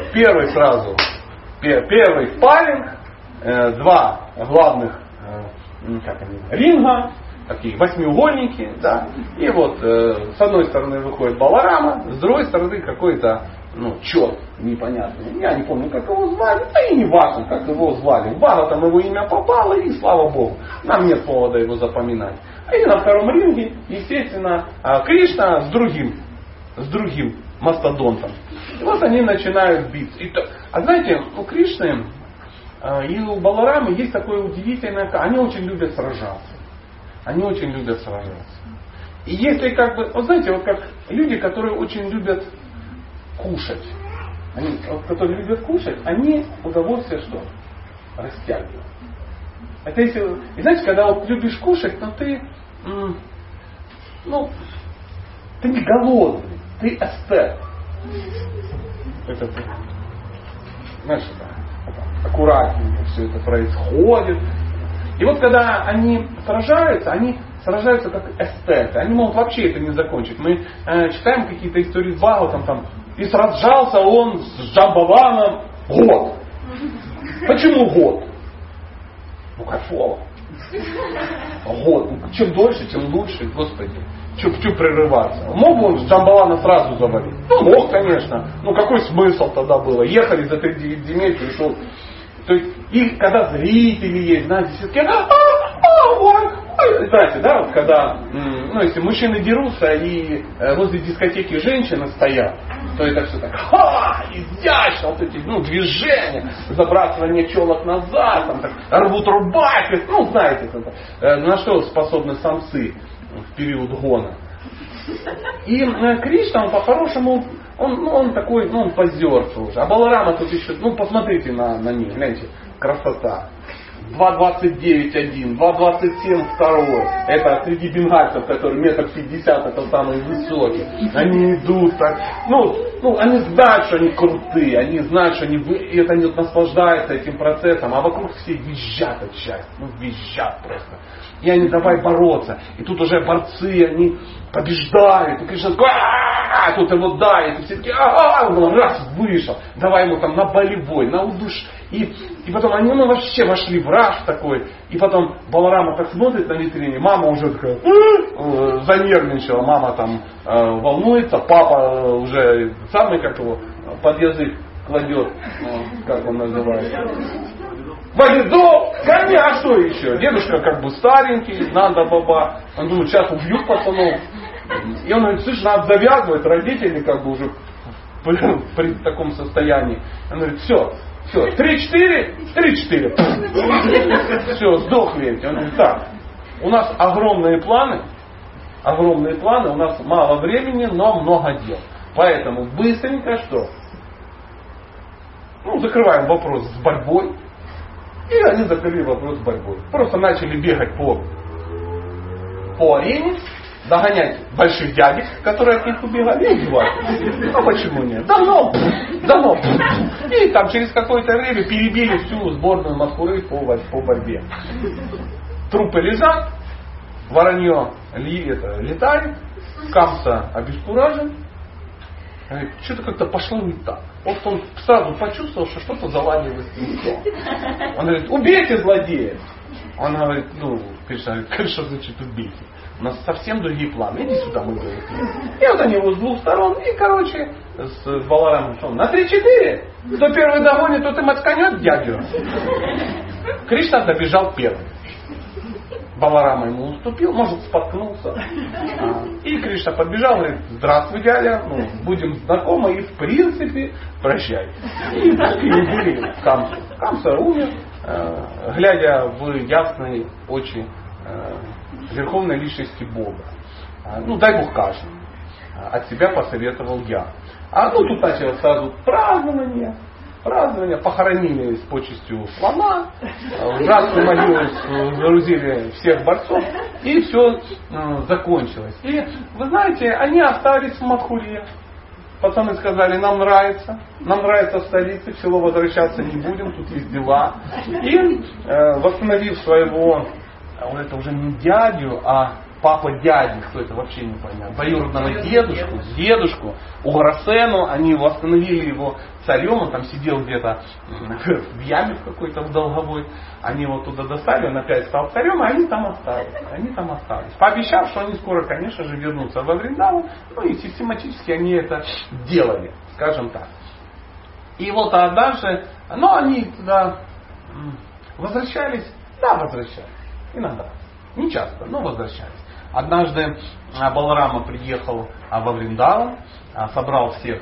Первый спарринг, 2 главных ринга, такие 8-угольники, да. И вот с одной стороны выходит Баларама, с другой стороны какой-то черт непонятный. Я не помню, как его звали, да и не важно, как его звали. В Бхагаватам его имя попало, и слава Богу, нам нет повода его запоминать. И на втором ринге, естественно, Кришна с другим мастодонтом. И вот они начинают биться. А знаете, у Кришны и у Баларамы есть такое удивительное, они очень любят сражаться. И если как бы, знаете, вот как люди, которые очень любят кушать. они, которые любят кушать, они удовольствие что? Растягивают. Это если, и знаете, когда вот любишь кушать, но ты, ты не голодный, ты эстет. Это, знаешь, аккуратненько все это происходит. И вот когда они сражаются как эстеты. Они могут вообще это не закончить. Мы читаем какие-то истории с Бхагаватом, там, и сражался он с Джамбаваном год. Почему год? Кайфово. Год. Чем дольше, тем лучше. Господи. Чего прерываться? Мог бы он с Джамбавана сразу завалить? Мог, конечно. какой смысл тогда было? Ехали за 3 земель, пришел. То есть, и когда зрители есть, знаете, все такие, знаете, да, вот когда, если мужчины дерутся и возле дискотеки женщины стоят, то это все так, изящно, вот эти, движения, забрасывание челок назад, там, так, рвут рубахи, знаете, это, на что способны самцы в период гона. И Кришна, он по-хорошему, он такой, он позер тоже. А Баларама тут еще, посмотрите на них, гляньте, красота. 2,29 один, 2,27 второй. Это среди бенгальцев, которые 1,50 м, это самые высокие. Они идут так. Они знают, что они крутые, они знают, что и это они наслаждаются этим процессом, а вокруг все визжат от счастья. Визжат просто. И они давай бороться. И тут уже борцы, они побеждают. И Кришна такой, тут его дает. И все такие, он раз вышел. Давай ему там на болевой, на удуш. И потом они вообще вошли в раж такой. И потом Баларама так смотрит на витрине. Мама уже такая занервничала. Мама там волнуется. Папа уже самый, как его, под язык кладет. Как он называется? Валидол, коня, а что еще? Дедушка как бы старенький, Нанда Баба. Он думает, сейчас убьют пацанов. И он говорит, слышь, надо завязывать, родители как бы уже при таком состоянии. Он говорит, все, 3-4. Все, сдохли эти. Он говорит, так, у нас огромные планы, у нас мало времени, но много дел. Поэтому быстренько что? Закрываем вопрос с борьбой. И они закрыли вопрос с борьбой. Просто начали бегать по арене, догонять больших дядек, которые от них убегали, и убивать. Почему нет? Давно. И там через какое-то время перебили всю сборную Мадхуры по борьбе. Трупы лежат, воронье летает, Камса обескуражен. Говорит, что-то как-то пошло не так. Вот он сразу почувствовал, что что-то заладилось не то. Он говорит, убейте злодея. Он говорит, Кришна говорит, что значит убейте? У нас совсем другие планы. Иди сюда, мы говорим. И вот они его с двух сторон. И, с Баларамом на 3-4. Кто первый догонит, тот и мацканет дядю. Кришна добежал первым. Баларама ему уступил, может, споткнулся. И Кришна подбежал, говорит, здравствуй, дядя, будем знакомы и в принципе прощай. И убили Камсу. Камса умер, глядя в ясные очи верховной личности Бога. Дай Бог каждому. От себя посоветовал я. Тут началось сразу празднование, похоронили с почестью слона, в братскую могилу загрузили всех борцов, и все закончилось. И вы знаете, они остались в Мадхуре. Пацаны сказали, нам нравится в столице, в село возвращаться не будем, тут есть дела. И восстановив своего, это уже не дядю, а папа дяди, кто это вообще не понятно, двоюродного дедушку Уграсену, они восстановили его царем, он там сидел где-то в яме в какой-то в долговой, они его туда достали, он опять стал царем, и они там остались. Пообещав, что они скоро, конечно же, вернутся во Вриндаву, и систематически они это делали, скажем так. И вот однажды, они туда возвращались, иногда, не часто, но возвращались. Однажды Баларама приехал во Вриндаван, собрал всех,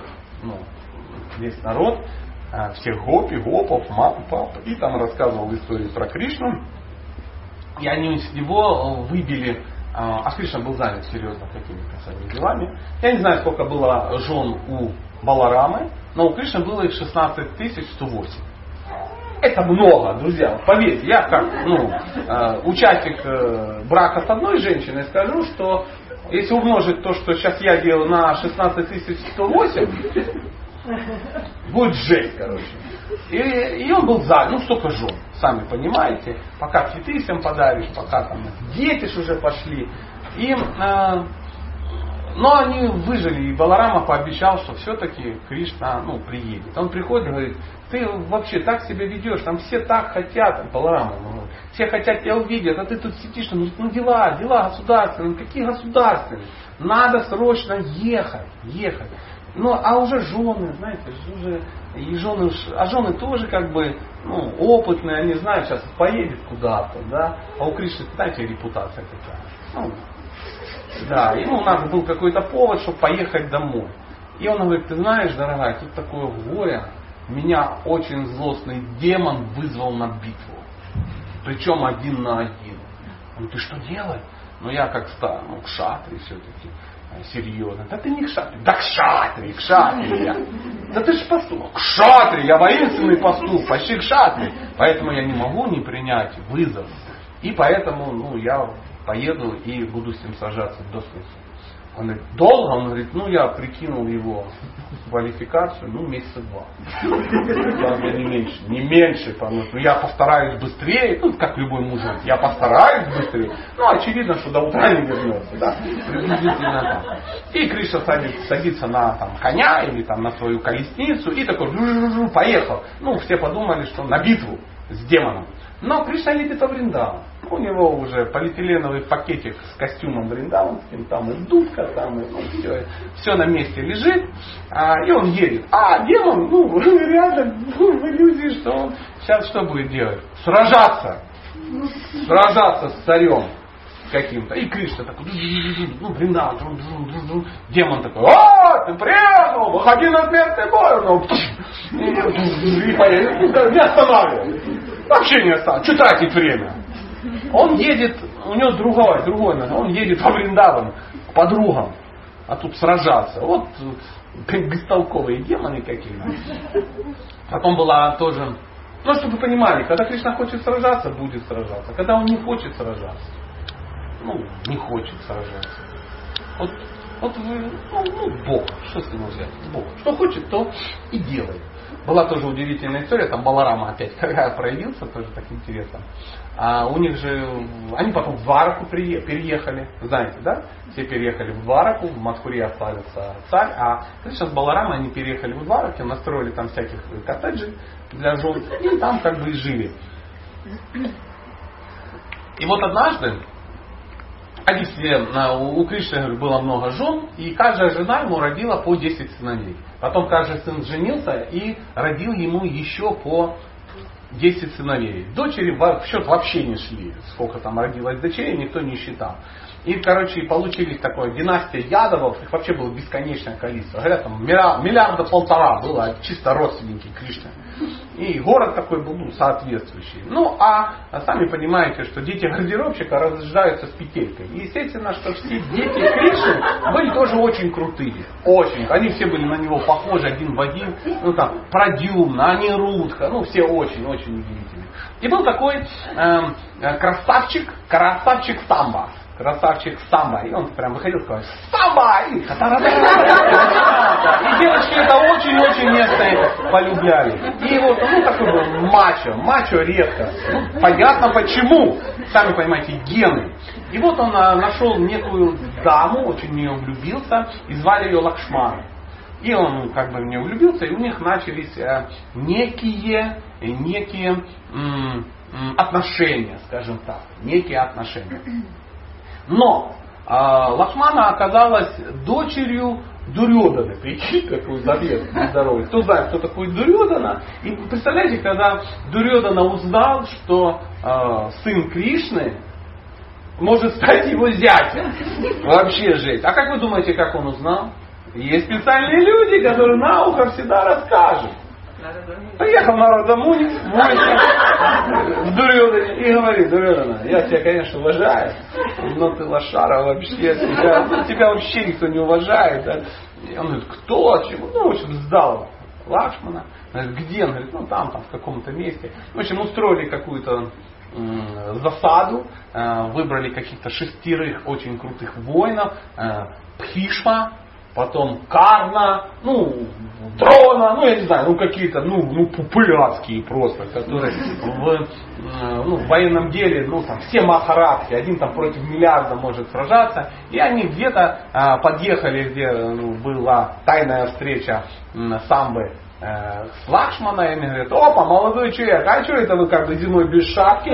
весь народ, всех гопов, маму, папу, и там рассказывал историю про Кришну. И они с него выбили А Кришна был занят серьезно какими-то своими делами. Я не знаю, сколько было жен у Баларамы, но у Кришны было их 16 108. Это много, друзья. Поверьте, я как участник брака с одной женщиной скажу, что если умножить то, что сейчас я делаю, на 16 108, будет жесть, короче. И он был занят, столько жен, сами понимаете, пока цветы всем подаришь, пока там дети ж уже пошли. Но они выжили, и Баларама пообещал, что все-таки Кришна приедет. Он приходит и говорит: ты вообще так себя ведешь, там все так хотят, Баларама, все хотят тебя увидеть, а ты тут сидишь, он говорит, дела государственные, какие государственные, надо срочно ехать. А уже жены, знаете, жены тоже как бы опытные, они знают, сейчас поедет куда-то, да, а у Кришны, знаете, репутация какая. Да, ему надо был какой-то повод, чтобы поехать домой. И он говорит: ты знаешь, дорогая, тут такое горе, меня очень злостный демон вызвал на битву. Причем 1 на 1. Он говорит: ты что делаешь? Я как кшатри все-таки. Серьезно. Да ты не кшатри. Да кшатри я. Да ты ж пастух. Кшатри, я воинственный пастух, почти кшатри. Поэтому я не могу не принять вызов. И поэтому я поеду и буду с ним сражаться до смерти. Он говорит: долго? Он говорит: я прикинул его квалификацию, месяца 2. Не меньше, потому что я постараюсь быстрее, как любой мужик, я постараюсь быстрее. Очевидно, что до утра не вернется, да? Приблизительно так. И Кришна садится на коня или на свою колесницу и такой поехал. Все подумали, что на битву с демоном. Но Кришна едет во Вриндаван. У него уже полиэтиленовый пакетик с костюмом вриндаванским, там и дудка, там и все на месте лежит, и он едет. А демон, реально в иллюзии, что он сейчас что будет делать? Сражаться с царем каким-то. И Кришна такой, Вриндаван, демон такой: ты приехал, выходи на смертный бой. И поедет, не останавливай. Вообще не останавливай, что тратить время? Он едет, у него другой, он едет во Вриндаван к подругам, а тут сражаться. Вот бестолковые демоны какие-то. Потом была тоже, чтобы вы понимали, когда Кришна хочет сражаться, будет сражаться. Когда он не хочет сражаться, не хочет сражаться. Вот вы, Бог, что с ним взять? Бог. Что хочет, то и делает. Была тоже удивительная история, там Баларама опять, когда проявился, тоже так интересно. У них же, они потом в Двараку переехали, знаете, да? Все переехали в Двараку, в Мадхуре остался царь, а сейчас с Баларамой они переехали в Двараку, настроили там всяких коттеджей для жен, и там как бы и жили. И вот однажды, у Кришны было много жен, и каждая жена ему родила по 10 сыновей. Потом каждый сын женился и родил ему еще по 10 сыновей. Дочери в счет вообще не шли. Сколько там родилось дочерей, никто не считал. И, получились такое династия Ядовов, их вообще было бесконечное количество. Говорят, там 1,5 миллиарда было чисто родственники Кришны. И город такой был соответствующий. А сами понимаете, что дети гардеробщика рождаются с петелькой. И естественно, что все дети Кришны были тоже очень крутые. Очень. Они все были на него похожи один в один. Прадьюмна, Анирудха. Все очень-очень удивительные. И был такой красавчик Самба. Красавчик Самба. И он прям выходил и сказал: Самба! И девочки это очень-очень место полюбляли. И вот такой был мачо редко. Понятно почему. Сами понимаете, гены. И вот он нашел некую даму, очень в нее влюбился, и звали ее Лакшмана. И он в нее влюбился, и у них начались некие отношения, скажем так. Некие отношения. Но Лакшмана оказалась дочерью Дурьоданы. Прикинь, какой завет здоровый. Кто знает, кто такой Дурьодана? И представляете, когда Дурьодана узнал, что сын Кришны может стать его зятем. Вообще жесть. А как вы думаете, как он узнал? Есть специальные люди, которые на ухо всегда расскажут. Приехал Нарада Муни, в Дурьёдане, и говорит: Дурьёдана, я тебя, конечно, уважаю, но ты лошара вообще, тебя вообще никто не уважает. Да? И он говорит: кто, чему? Ну, в общем, сдал Лакшмана. Говорит: где? Он говорит: ну там, в каком-то месте. В общем, устроили какую-то засаду, выбрали каких-то 6 очень крутых воинов, Бхишма, потом Карна, Дрона, я не знаю, какие-то, пупы адские просто, которые в военном деле, там все махарадхи, один там против миллиарда может сражаться, и они где-то подъехали, где была тайная встреча Самбы с Лакшманой, и они говорят: опа, молодой человек, а что это вы как бы зимой без шапки?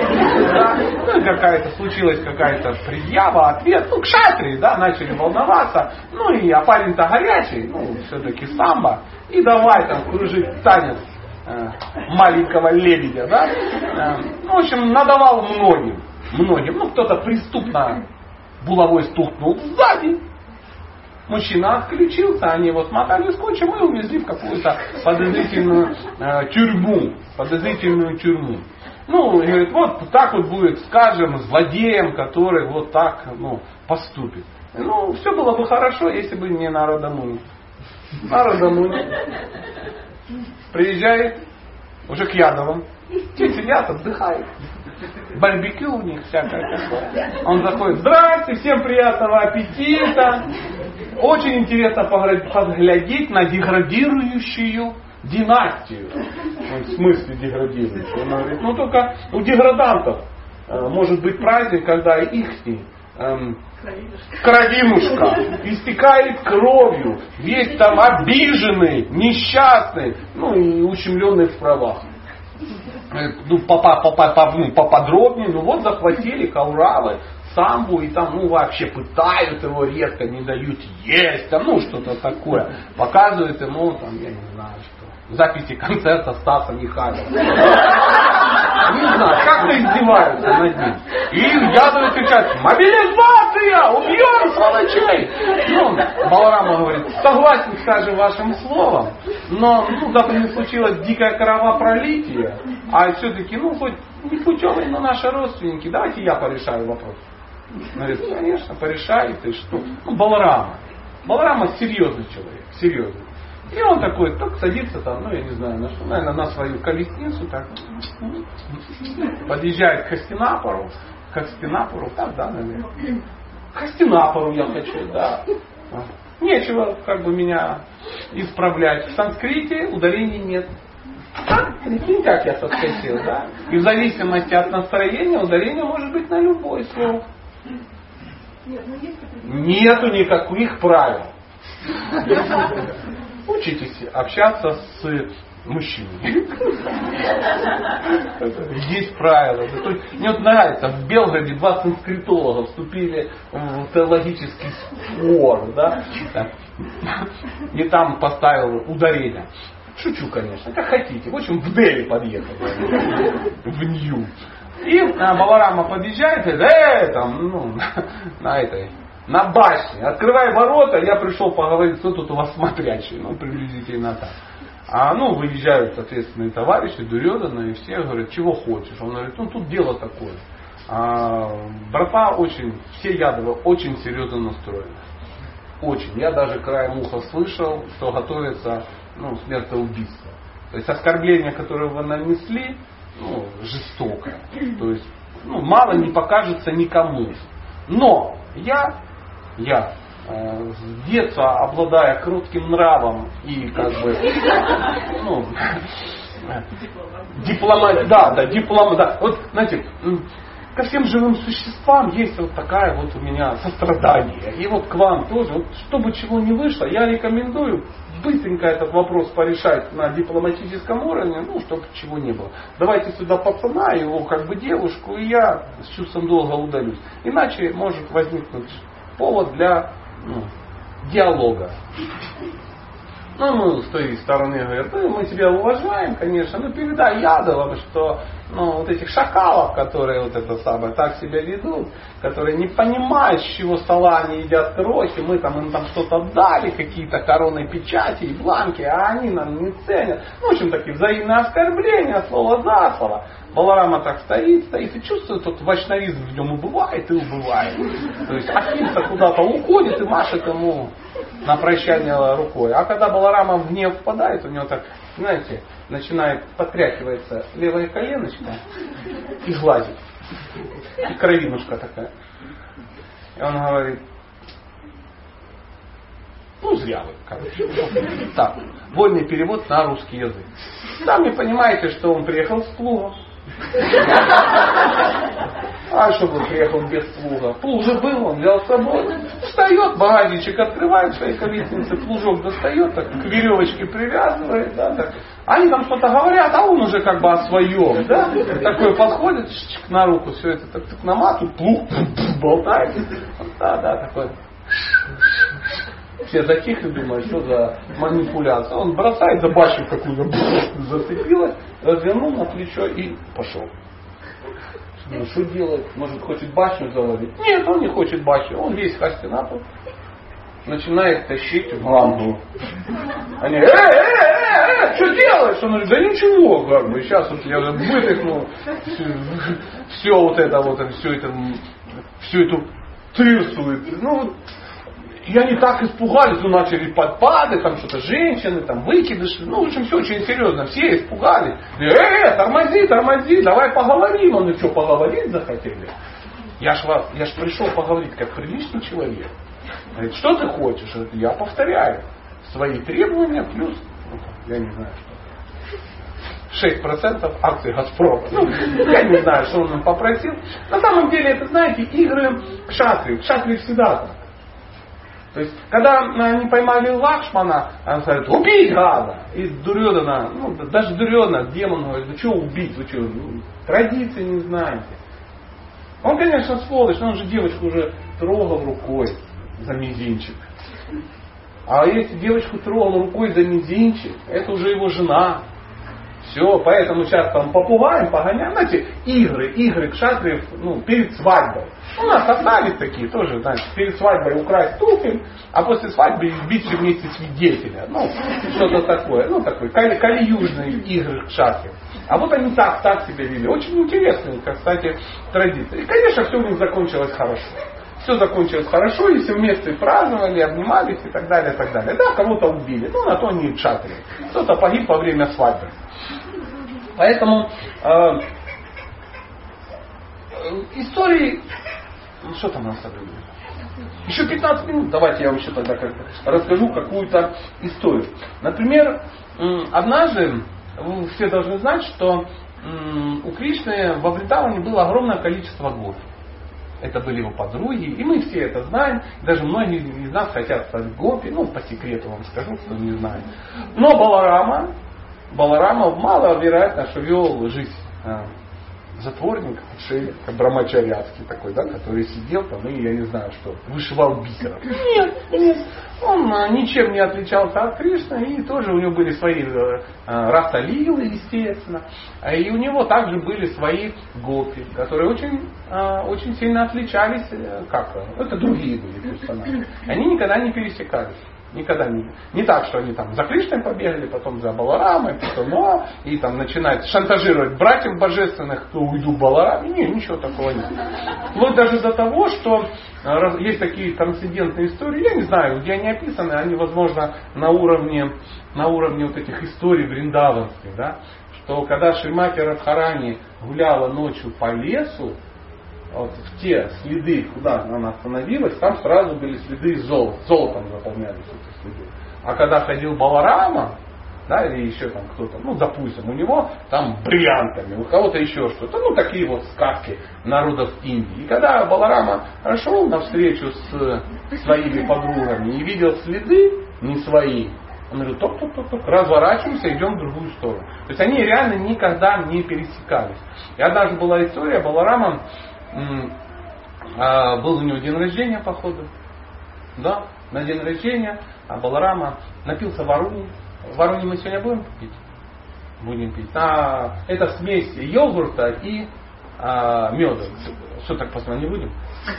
Случилась какая-то предъява, ответ, кшатри, да, начали волноваться, а парень-то горячий, все-таки самбо, и давай там кружить танец маленького лебедя, да. В общем, надавал многим, кто-то преступно булавой стукнул сзади. Мужчина отключился, они его смотали скотчем и увезли в какую-то подозрительную тюрьму. И говорит: вот так вот будет, скажем, злодеем, который вот так поступит. Все было бы хорошо, если бы не Нарада Муни. Нарада Муни приезжает уже к Ядовам. Те сидят, отдыхают. Барбекю у них всякое такое. Он заходит: здрасте, всем приятного аппетита. Очень интересно поглядеть на деградирующую династию. В смысле деградирующую? Он говорит: только у деградантов может быть праздник, когда ихний кровинушка истекает кровью, весь там обиженный, несчастный, и ущемленный в правах. Поподробнее, захватили Кауравы, Самбу, и там, вообще пытают его резко, не дают есть, что-то такое. Показывают ему, я не знаю, что, записи концерта Стаса Михайлова. Не знаю, как-то издеваются над ним. И Ядовы кричат: мобилизация! Убьем сволочей! Баларама говорит: согласен, скажем, вашим словом, но дабы не случилось дикое кровопролитие, а все-таки, хоть не путевые, но наши родственники, давайте я порешаю вопрос. Говорит: конечно, порешай, ты что? Баларама серьезный человек, серьезный. И он такой, садится там, я не знаю на что, наверное, на свою колесницу, так, подъезжает к Хастинапуру, наверное. К Хастинапуру я хочу, да. Нечего меня исправлять. В санскрите ударений нет. Прикинь, как я соскочил, да? И в зависимости от настроения ударение может быть на любое слово. Нету никаких правил. Учитесь общаться с мужчинами. Есть правила. Мне нравится, в Белгороде 2 санскритолога вступили в теологический спор, да? И там поставил ударение. Шучу, конечно, как хотите. В общем, в Дели подъехал. В Нью. И Баларама подъезжает и говорит: на башне, открывай ворота, я пришел поговорить, кто тут у вас смотрящий. Приблизительно так. Выезжают, соответственно, и товарищи, Дурьёдана, и все говорят: чего хочешь? Он говорит: тут дело такое. Брата все Ядовы очень серьезно настроены. Очень. Я даже краем уха слышал, что готовится смертоубийство. То есть оскорбление, которое вы нанесли, жестокое. То есть, мало не покажется никому. Но я с детства, обладая кротким нравом и дипломат. Вот, знаете, ко всем живым существам есть такая у меня сострадание. И к вам тоже, чтобы чего не вышло, я рекомендую быстренько этот вопрос порешать на дипломатическом уровне, чтобы чего не было. Давайте сюда пацана, его девушку, и я с чувством долга удалюсь. Иначе может возникнуть повод для диалога. Ну, мы с той стороны говорят, мы тебя уважаем, конечно, но передай Ядовым, что вот этих шакалов, которые вот это самое, так себя ведут, которые не понимают, с чего стола они едят крохи, мы там им там что-то дали, какие-то короны печати и бланки, а они нам не ценят. Ну, в общем, такие взаимные оскорбления, слово за слово. Баларама так стоит и чувствует, тот вайшнавизм в нем убывает и убывает. То есть Ахимса куда-то уходит и машет ему на прощание рукой. А когда Баларама в гнев впадает, у него так, знаете, начинает потряхивается левая коленочка и глазит. И кровинушка такая. И он говорит, зря вы, короче. Так, вольный перевод на русский язык. Сами понимаете, что он приехал с плугом. А чтобы он приехал без плуга? Плуг же был, он взял с собой. Встает, багажничек открывает в своей колеснице, плужок достает, так, к веревочке привязывает. Да, так. Они там что-то говорят, а он уже как бы о своем. Да? Такой подходит на руку, все это так наматывает, плуг болтает. Да, такой. Все затихли, думают, что за манипуляция. Он бросает за башню какую-то, зацепилась, развернул на плечо и пошел. Что делает? Может, хочет башню завалить? Нет, он не хочет башню. Он весь Хастинапур начинает тащить в Ганду. Они, что делаешь? Он говорит, да ничего, как бы, сейчас вот я вытряхну все вот это, всю эту тырсу. И они так испугались, начали подпады, там что-то женщины, там выкидыши. В общем, все очень серьезно. Все испугались. Тормози, давай поговорим. Он, что, поговорить захотели? Я ж пришел поговорить как приличный человек. Говорит, что ты хочешь? Говорит, я повторяю. Свои требования плюс, я не знаю что. 6% акций Газпрома. Я не знаю, что он нам попросил. На самом деле, это, знаете, игры кшатри. Кшатри всегда так. То есть, когда они поймали Лакшмана, он говорит, убить гада! И Дурьодана, даже Дурьодана, демон говорит, вы что убить, вы что, традиции не знаете. Он, конечно, сволочь, но он же девочку уже трогал рукой за мизинчик. А если девочку трогал рукой за мизинчик, это уже его жена. Все, поэтому сейчас там попугаем, погоняем. Знаете, игры кшатриев перед свадьбой. У нас остались такие тоже, знаете, перед свадьбой украсть туфель, а после свадьбы избить все вместе свидетеля. Что-то такое. Такой кали-южные игры кшатриев. А вот они так себя вели. Очень интересные, кстати, традиции. И, конечно, все у них закончилось хорошо. Все закончилось хорошо, и все вместе праздновали, обнимались и так далее, и так далее. Да, кого-то убили. На то они кшатрии. Кто-то погиб во время свадьбы. Поэтому истории... Что там у нас времени? Еще 15 минут. Давайте я вам еще тогда расскажу какую-то историю. Например, однажды вы все должны знать, что у Кришны во Вриндаване было огромное количество гопи. Это были его подруги, и мы все это знаем. Даже многие из нас хотят стать гопи. По секрету вам скажу, кто не знает. Но Баларама маловероятно, что вел жизнь затворник, отшельник, брамачарьяцкий такой, да, который сидел там и, я не знаю что, вышивал бисером. Нет. Он ничем не отличался от Кришны, и тоже у него были свои раса-лилы, естественно. И у него также были свои гопи, которые очень сильно отличались. Это другие были персонажи. Они никогда не пересекались. Никогда не так, что они там за Кришной побегали, потом за Баларамой, потом и там начинают шантажировать братьев божественных, кто уйду в Балараме. Ничего такого нет. Вплоть даже до того, что есть такие трансцендентные истории, я не знаю, где они описаны, они, возможно, на уровне вот этих историй вриндаванских, да, что когда Шримати Радхарани гуляла ночью по лесу, в те следы, куда она остановилась, там сразу были следы золотом заполнялись эти следы. А когда ходил Баларама, да, или еще там кто-то, допустим, у него там бриллиантами, у кого-то еще что-то, такие вот сказки народов Индии. И когда Баларама шел навстречу с своими подругами и видел следы не свои, он говорит, топ, разворачиваемся, идем в другую сторону. То есть они реально никогда не пересекались. И однажды была история, Баларама был у него день рождения, походу. Да. на день рождения Баларама напился варуни. Варуни мы сегодня будем пить? Будем пить. Это смесь йогурта и меда. Что так посмотрим, не будем?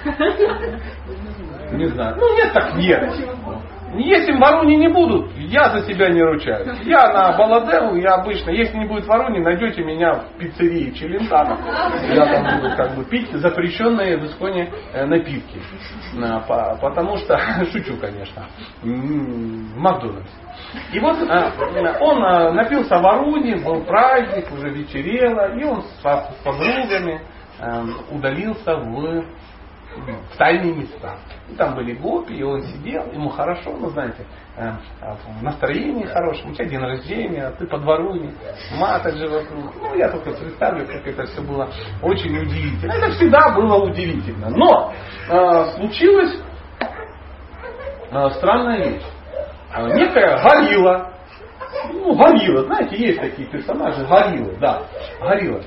Не знаю. Ну нет, так нет. Если варуни не будут, я за себя не ручаюсь. Я на Баладеву, я обычно, если не будет варуни, найдете меня в пиццерии Челентано. Я там буду как бы пить запрещенные в Исконе напитки. Потому что, шучу, конечно, в Макдональдсе. И вот он напился варуни, был праздник, уже вечерело, и он с подругами удалился в тайные места. И там были гопи, и он сидел, ему хорошо, ну знаете, в настроении хорошем, у тебя день рождения, ты под варуни, Матаджи вокруг. Ну, я только представлю, как это все было очень удивительно. Это всегда было удивительно. Но случилась странная вещь. Некая горилла, горилла, знаете, есть такие персонажи, гориллы, да, горилла.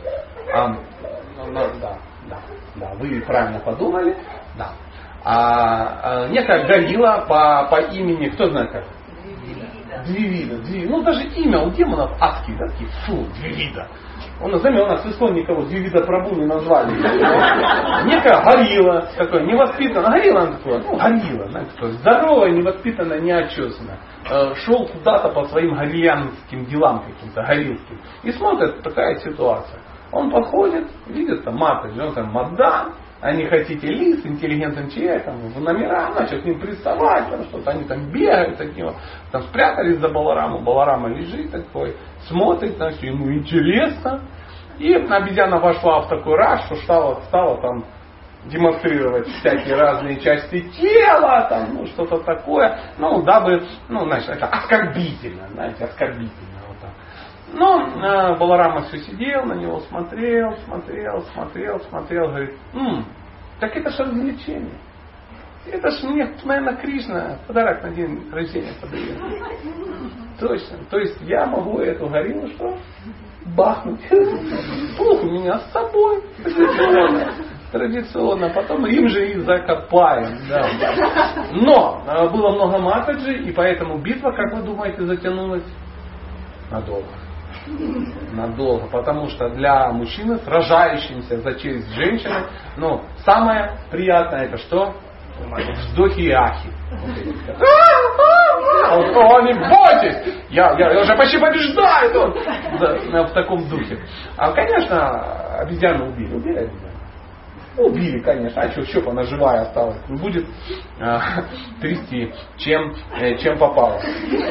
Да, вы правильно подумали. Да. Некая горилла по имени, кто знает как? Двивида. Ну даже имя у демонов адские, да, такие, Двивида. Он у нас в Исконе никого Двивида Прабху не назвали. Некая горилла, такой невоспитанная. Горилла она такая, горилла, знаете, такая здоровая, невоспитанная, неотчесанная. Шел куда-то по своим гориллянским делам каким-то, горилским. И смотрит, такая ситуация. Он подходит, видит там Матаджи, он там мадам, а не хотите лис, интеллигентный человек, там, в номера, начал к ним приставать, там, что-то они там бегают, от него, там спрятались за Балараму, Баларама лежит такой, смотрит на все, ему интересно. И обезьяна вошла в такой раж, что стала там демонстрировать всякие разные части тела, там, что-то такое, дабы, значит, это оскорбительно, знаете, оскорбительно. Но Баларама все сидел, на него смотрел, говорит, так это же развлечение. Это ж мне, наверное, Кришна подарок на день рождения подарил. Точно. То есть я могу эту гориллу что? Бахнуть. Плохо у меня с собой. Традиционно. Потом им же и закопаем. Да. Но было много Матаджи, и поэтому битва, как вы думаете, затянулась? Надолго, потому что для мужчины, сражающимся за честь женщины, самое приятное это что? Вздохи и ахи. Не бойтесь! Я уже почти побеждаю! В таком духе. Конечно, обезьяну убили. Убили обезьяну. Убили, конечно. А что она живая осталась? Будет трясти, чем попало.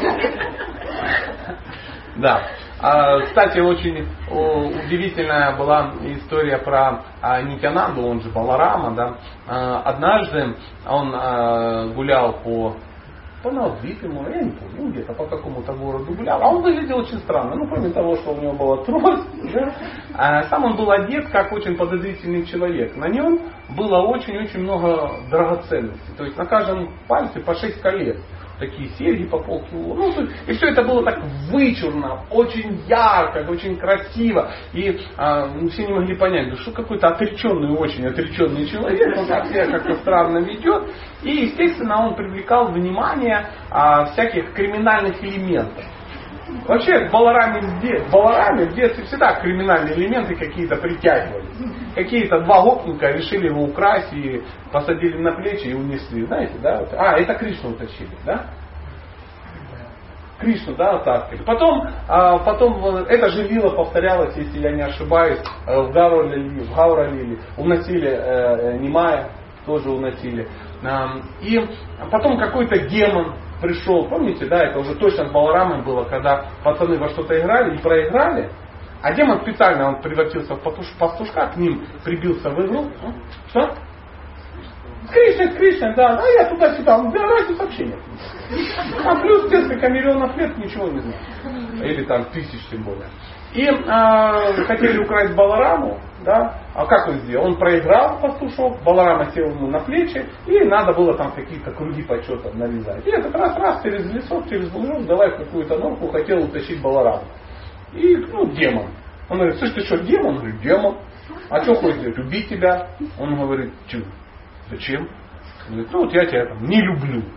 Да. Кстати, очень удивительная была история про Нитьянанду, он же Баларама. Да. Однажды он гулял по Навдвипе, я не помню, где-то по какому-то городу гулял. А он выглядел очень странно. Кроме того, что у него была трость, да, сам он был одет как очень подозрительный человек. На нем было очень-очень много драгоценностей. То есть на каждом пальце по 6 колец. Такие серьги по полкило. И все это было так вычурно, очень ярко, очень красиво. И все не могли понять, что какой-то очень отреченный человек, он себя как-то странно ведет. И, естественно, он привлекал внимание всяких криминальных элементов. Вообще в Балараме в детстве всегда криминальные элементы какие-то притягивались. Какие-то два гопника решили его украсть и посадили на плечи и унесли. Знаете, да? Это Кришну утащили, да? Кришну, да, утаскали. Потом эта же лила повторялась, если я не ошибаюсь, в Гауралиле. Уносили Нимая, тоже уносили. И потом какой-то демон пришел, помните, да, это уже точно с Баларамой было, когда пацаны во что-то играли и проиграли, а демон специально, он превратился в пастушка, к ним прибился в игру. Что? Кришна, да, я туда-сюда, разницы вообще нет. Плюс несколько миллионов лет ничего не знаю. Или там тысяч тем более. И хотели украсть Балараму, да, а как он сделал? Он проиграл пастушок, Баларама сел ему на плечи, и надо было там какие-то круги почета навязать. И этот раз через лесок, через лужок, давай в какую-то норку, хотел утащить Балараму. И, демон. Он говорит, слышь, ты что, демон? Он говорит, демон. А что хочешь делать? Убить тебя? Он говорит, зачем? Он говорит, я тебя не люблю.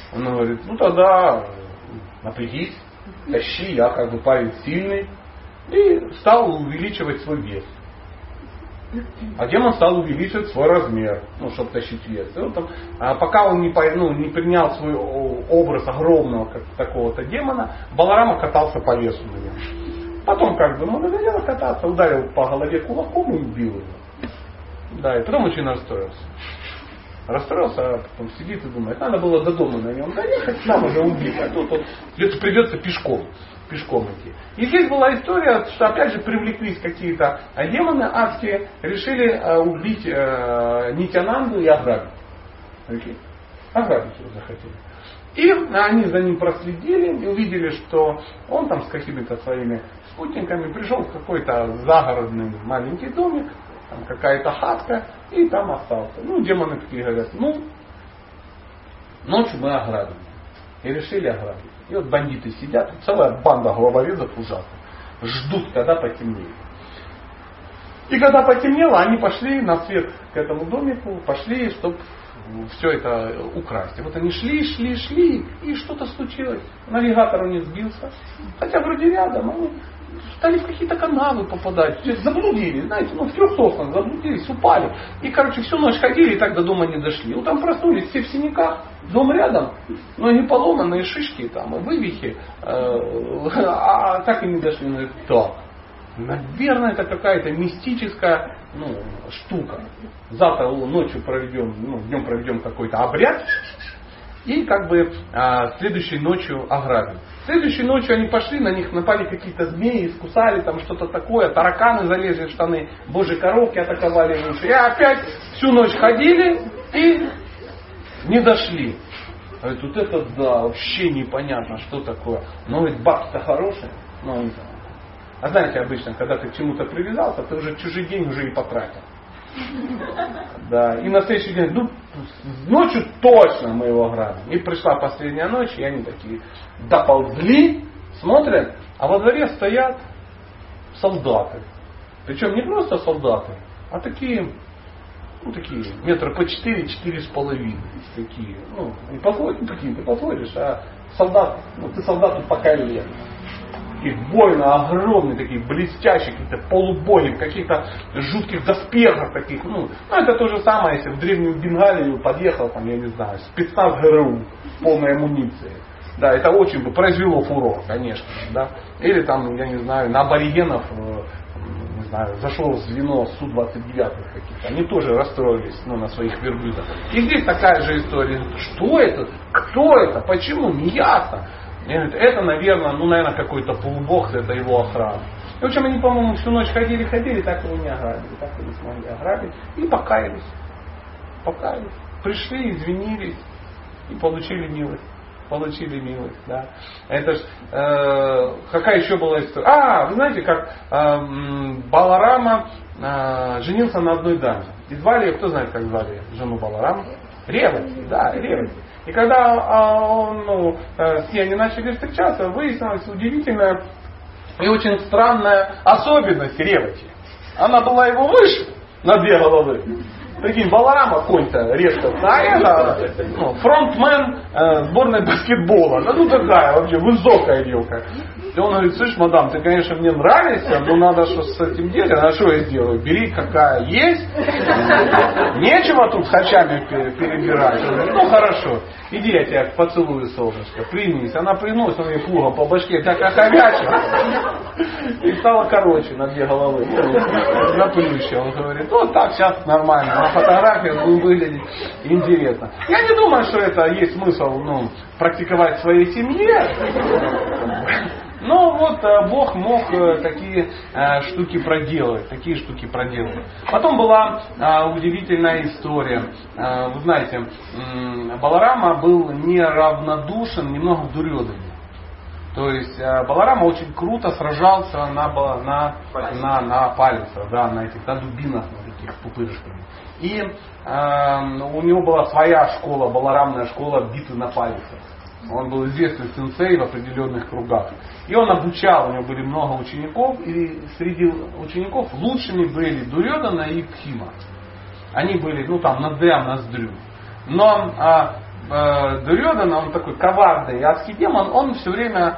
Он говорит, ну тогда напрягись, тащи, я как бы парень сильный. И стал увеличивать свой вес. А демон стал увеличивать свой размер, ну, чтобы тащить вес. И вот там, пока он не принял свой образ огромного как такого-то демона, Баларама катался по лесу на нем. Потом как бы ему надоело кататься, ударил по голове кулаком и убил его. Да, и потом очень расстроился. Расстроился, а потом сидит и думает, надо было до дома на нем доехать, нам уже убить, а тут вот придется пешком идти. И здесь была история, что опять же привлеклись какие-то демоны адские, решили убить Нитянанду и ограбить. Ограбить его захотели. И они за ним проследили и увидели, что он там с какими-то своими спутниками пришел в какой-то загородный маленький домик, там какая-то хатка, и там остался. Ну, демоны такие говорят, ну, ночью мы ограбим. И решили ограбить. И вот бандиты сидят, целая банда головорезов ужасных, ждут, когда потемнеет. И когда потемнело, они пошли на свет к этому домику, пошли, чтобы все это украсть. И вот они шли, и что-то случилось. Навигатор у них сбился. Хотя вроде рядом, они стали в какие-то канавы попадать. Заблудились, знаете, в 3 соснах заблудились, упали. И, всю ночь ходили, и так до дома не дошли. Вот там проснулись, все в синяках, дом рядом, ноги поломанные, шишки, там, вывихи. А так и не дошли. Говорят, так, наверное, это какая-то мистическая штука. Завтра ночью проведем, днем проведем какой-то обряд. И следующей ночью ограбим. Следующей ночью они пошли, на них напали какие-то змеи, искусали там что-то такое, тараканы залезли в штаны, божьи коровки атаковали уши. И опять всю ночь ходили и не дошли. Говорит, вот это да, вообще непонятно, что такое. Но ведь бабки-то хорошие. А знаете, обычно, когда ты к чему-то привязался, ты уже чужой день уже и потратил. Да. И на следующий день, ночью точно мы его ограбим. И пришла последняя ночь, и они такие доползли, смотрят, а во дворе стоят солдаты. Причем не просто солдаты, а такие метра по 4-4,5. Такие, не подходят, такие, ты подходишь, а солдат, ты солдату по колено. Такие воины огромные, такие блестящие, какие-то полубоги, в каких-то жутких доспехах таких. Это то же самое, если в древнюю Бенгалию подъехал, там, я не знаю, спецназ ГРУ в полной амуниции. Да, это очень бы произвело фурор, конечно. Да. Или там, я не знаю, на аборигенов, не знаю, зашло звено Су-29 каких-то. Они тоже расстроились на своих верблюдах. И здесь такая же история. Что это? Кто это? Почему? Неясно. Это, наверное, какой-то полубог, это его охрана. И в общем, они, по-моему, всю ночь ходили, так его не ограбили, так и не смогли ограбить. И покаялись. Пришли, извинились и получили милость. Да. Это ж, какая еще была история? Вы знаете, как Баларама женился на одной даме. И звали ее, кто знает, как звали жену Баларама? Ревати, да, Ревати. И когда с ней они начали встречаться, выяснилась удивительная и очень странная особенность Ревати. Она была его выше на 2 головы. Прикинь, Баларама конь-то резко, а это фронтмен сборной баскетбола. Такая вообще высокая девка. И он говорит, слышь, мадам, ты, конечно, мне нравишься, но надо что с этим делать. А что я сделаю? Бери, какая есть. Нечего тут хачами перебирать. Он говорит, хорошо, иди, я тебя поцелую, солнышко, примись. Она приносит, он ей плугом по башке, так охомячила. И стало короче на 2 головы. На плюще. Он говорит, так, сейчас нормально. На фотографиях будет выглядеть интересно. Я не думаю, что это есть смысл практиковать в своей семье. Но Бог мог такие штуки проделывать. Потом была удивительная история. Вы знаете, Баларама был неравнодушен немного к Дурьодане. То есть Баларама очень круто сражался на палицах, на дубинах, на таких пупырышках. И у него была своя школа, Баларамная школа битвы на палицах. Он был известный сенсей в определенных кругах. И он обучал, у него были много учеников, и среди учеников лучшими были Дурьодана и Бхима. Они были, Надя, Ноздрю. Но Дурьодана, он такой коварный адский демон, он все время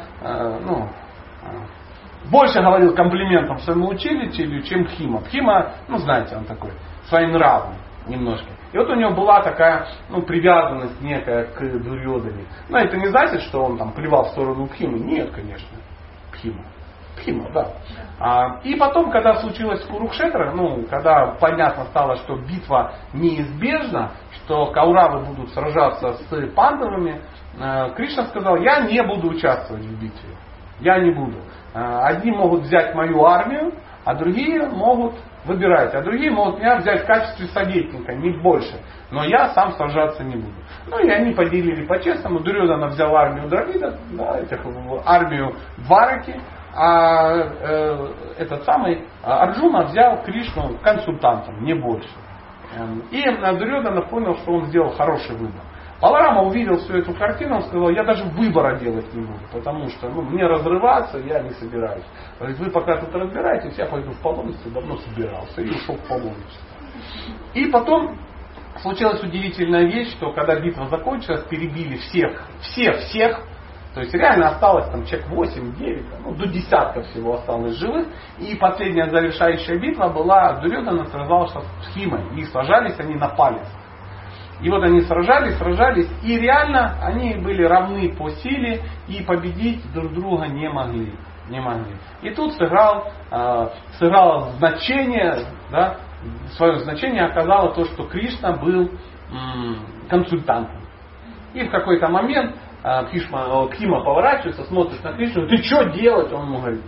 больше говорил комплиментов своему учителю, чем Пхима. Пхима, знаете, он такой своенравный немножко. И вот у него была такая привязанность некая к Дурьодане. Но это не значит, что он там плевал в сторону Пхимы. Нет, конечно. Пхима, да. И потом, когда случилось Курукшетра, когда понятно стало, что битва неизбежна, что кауравы будут сражаться с пандавами, Кришна сказал: я не буду участвовать в битве. Я не буду. Одни могут взять мою армию, а другие могут выбирать. А другие могут меня взять в качестве советника, не больше. Но я сам сражаться не буду. И они поделили по-честному. Дурьодана взял армию Дравида, армию Двараки, а этот самый Арджуна взял Кришну консультантом, не больше. И Дурьодана понял, что он сделал хороший выбор. Баларама увидел всю эту картину, он сказал: я даже выбора делать не буду, потому что мне разрываться я не собираюсь. Говорит: вы пока тут разбираетесь, я пойду в паломничество, давно собирался, и ушел в паломничество. И потом случилась удивительная вещь, что когда битва закончилась, перебили всех, то есть реально осталось там человек 8-9, до десятка всего осталось живых. И последняя завершающая битва была, Дурьодана сражался с Пхимой, и сражались они на палец. И вот они сражались, и реально они были равны по силе, и победить друг друга не могли. И тут сыграло значение, свое значение оказало то, что Кришна был консультантом. И в какой-то момент Пхима поворачивается, смотрит на Кришну: ты что делать? Он ему говорит: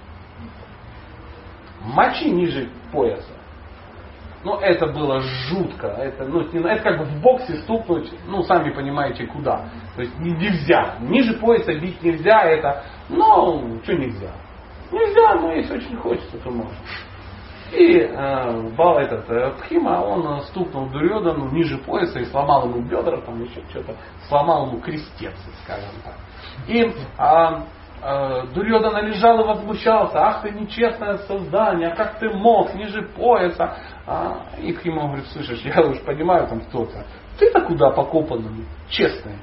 мочи ниже пояса. Это было жутко. Это как бы в боксе стукнуть, сами понимаете, куда. То есть нельзя. Ниже пояса бить нельзя. Что нельзя? Нельзя, но если очень хочется, то можно. И Пхима, он стукнул Дурьодану ниже пояса и сломал ему бедра, там еще что-то, сломал ему крестец, скажем так. И Дурьодана лежал и возмущался: ах ты нечестное создание, а как ты мог ниже пояса? И Пхима говорит: слышишь, я уж понимаю там кто-то, ты-то куда покопанный, честный.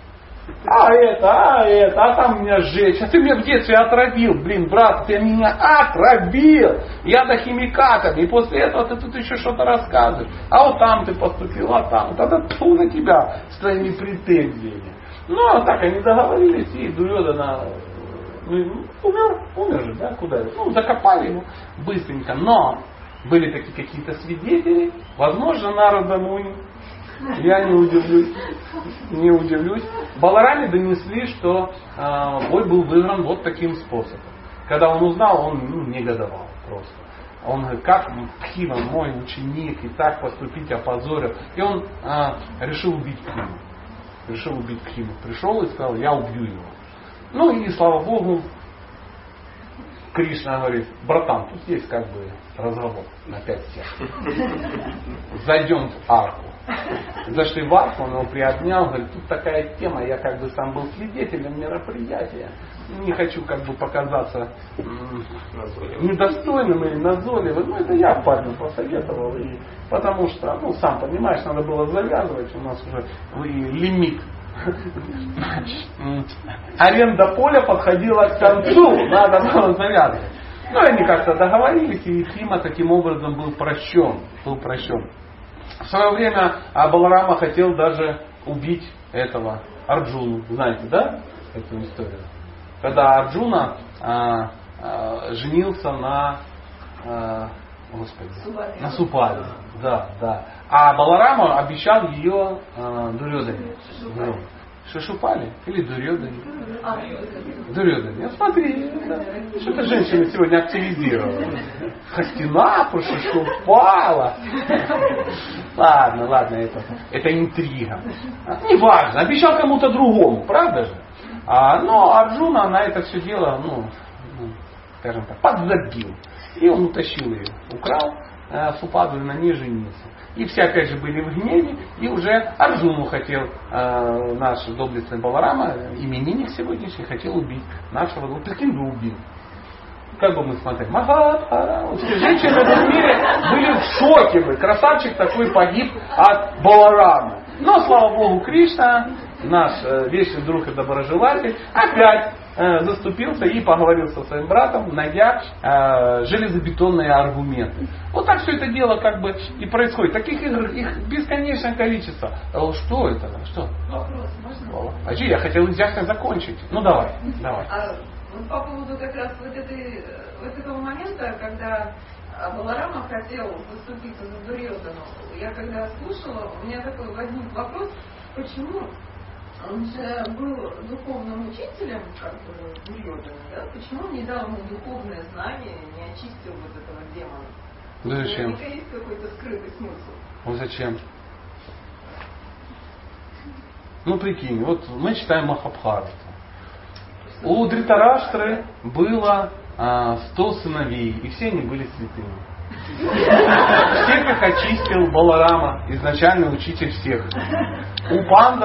А там меня сжечь, а ты меня в детстве отравил, брат, ты меня отравил, я-то химикатом, и после этого ты тут еще что-то рассказываешь, а вот там ты поступил, а там, тогда тьфу на тебя с твоими претензиями. Так они договорились, и Дурьодана умер же, да, куда? Закопали его быстренько, но были такие какие-то свидетели, возможно, Нарада Муни, я не удивлюсь. Балараме донесли, что бой был выигран вот таким способом. Когда он узнал, он негодовал просто. Он говорит: как Пхима, мой ученик, и так поступить опозорил. И он решил убить Пхиму. Пришел и сказал: я убью его. И слава Богу, Кришна говорит: братан, тут есть как бы разговор на 5 сек. Зайдем в арку. Зашли в арку, он его приобнял, говорит: тут такая тема, я как бы сам был свидетелем мероприятия. Не хочу как бы показаться недостойным или назойливым. Это я парню посоветовал. Потому что, сам понимаешь, надо было завязывать. У нас уже лимит. Аренда поля подходила к концу, надо было завязывать. Они как-то договорились, и Пхима таким образом был прощен. В свое время Баларама хотел даже убить этого Арджуну. Знаете, да, эту историю? Когда Арджуна женился на Супаде. Да. А Баларама обещал ее Дурьодане. Шишупали или Дурьодане? Дурьодане. Смотри, что-то женщины сегодня активизировали. Хастинапу, Шишупала. Ладно, это интрига. Неважно, обещал кому-то другому, правда же? Но Арджуна на это все дело, скажем так, подзабил. И он утащил ее, украл Супаду и на ней женился. И все опять же были в гневе, и уже Арджуну хотел наш доблестный Баларама, именинник сегодняшний, хотел убить нашего, прикинь, бы убил. Как бы мы смотрели, женщины в этом мире были в шоке, красавчик такой погиб от Баларама. Но, слава Богу, Кришна наш вечный друг и доброжелатель, опять заступился и поговорил со своим братом, найдя железобетонные аргументы. Вот так все это дело как бы и происходит. Таких игр их бесконечное количество. Что это? Что? Вопрос можно? А что, я хотел изящно закончить. Ну давай. Вот по поводу как раз вот этого момента, когда Баларама хотел заступиться за Дурьодхану, я когда слушала, у меня такой возник вопрос, почему он же был духовным учителем, как бы, Дурьодхана, да? Почему он не дал ему духовное знание, не очистил вот этого демона? Да зачем? Наверняка есть какой-то скрытый смысл. Ну зачем? Ну прикинь, вот мы читаем Махабхарату. У Дритараштры было 100 сыновей, и все они были святыми. Всех их очистил Баларама, изначальный учитель всех. У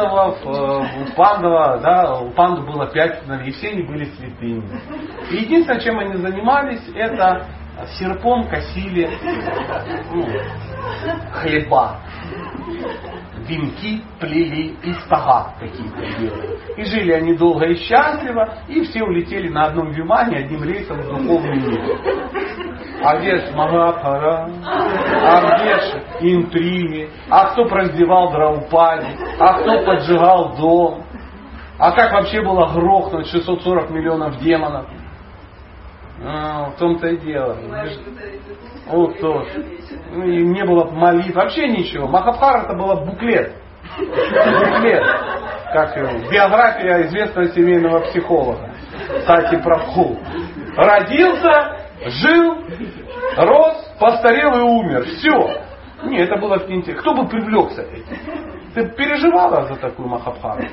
Панду было 5 сыновей, и все они были святыми. И единственное, чем они занимались, это серпом косили хлеба. Венки плели и стога какие-то делали. И жили они долго и счастливо, и все улетели на одном вимане, одним рейсом в духовный мир. А где же Махабхарата? А где же интриги? А кто раздевал Драупади? А кто поджигал дом? А как вообще было грохнуть 640 миллионов демонов? В том-то и дело. Вот тоже. И не было молитв, вообще ничего. Махабхарата была буклет. Как его? Биография известного семейного психолога. Сати Прабху. Родился, жил, рос, постарел и умер. Все. Не, это было интересно. Кто бы привлекся этим? Ты переживала за такую Махабхарату?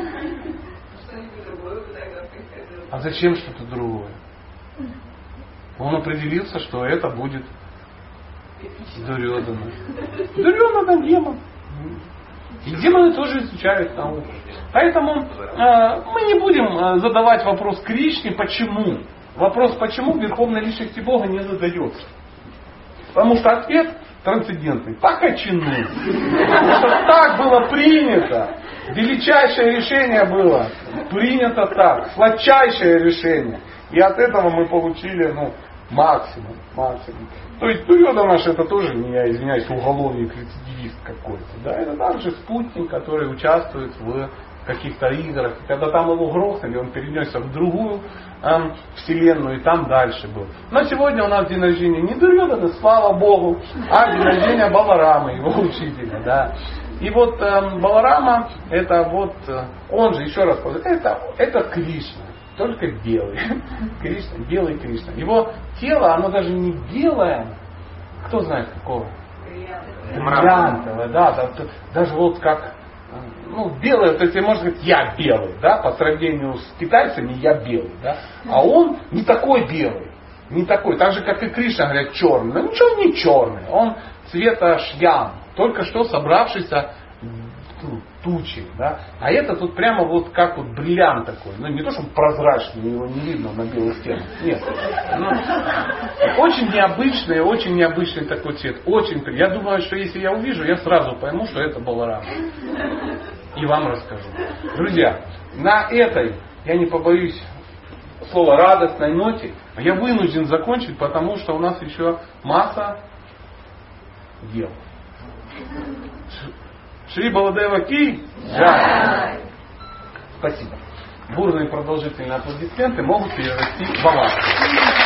А зачем что-то другое? Он определился, что это будет Дурьодхана. Дурьодхана демон. И демоны тоже изучают науку. Поэтому мы не будем задавать вопрос Кришне, почему. Вопрос почему в Верховной Личности Бога не задается. Потому что ответ трансцендентный. По качану. Потому что так было принято. Величайшее решение было принято так. Сладчайшее решение. И от этого мы получили максимум. То есть Дурьодхана наш это тоже, я извиняюсь, уголовник, рецидивист какой-то. Да? Это также спутник, который участвует в каких-то играх. Когда там его грохнули, он перенесся в другую вселенную и там дальше был. Но сегодня у нас день рождения не Дурьодхана, слава Богу, а день рождения Баларамы, его учителя. Да? И вот Баларама, это вот, он же, еще раз говорю, это Кришна. Только белый. Кришна, белый Кришна. Его тело, оно даже не белое. Кто знает какого? Бриллиантовое, да. Даже вот как, белое, то есть можно сказать, я белый, да, по сравнению с китайцами я белый, да. А он не такой белый. Не такой. Так же, как и Кришна, говорят, черный. Но ничего он не черный. Он цвета шьям. Только что собравшийся тучи, да? А это тут прямо вот как вот бриллиант такой. Не то, что он прозрачный, его не видно на белой стене. Нет. Очень необычный такой цвет. Очень приятный. Я думаю, что если я увижу, я сразу пойму, что это Баларама. И вам расскажу. Друзья, на этой, я не побоюсь слова, радостной ноте, я вынужден закончить, потому что у нас еще масса дел. Шри Баладева Ки. Спасибо. Бурные продолжительные аплодисменты могут перерасти в овации.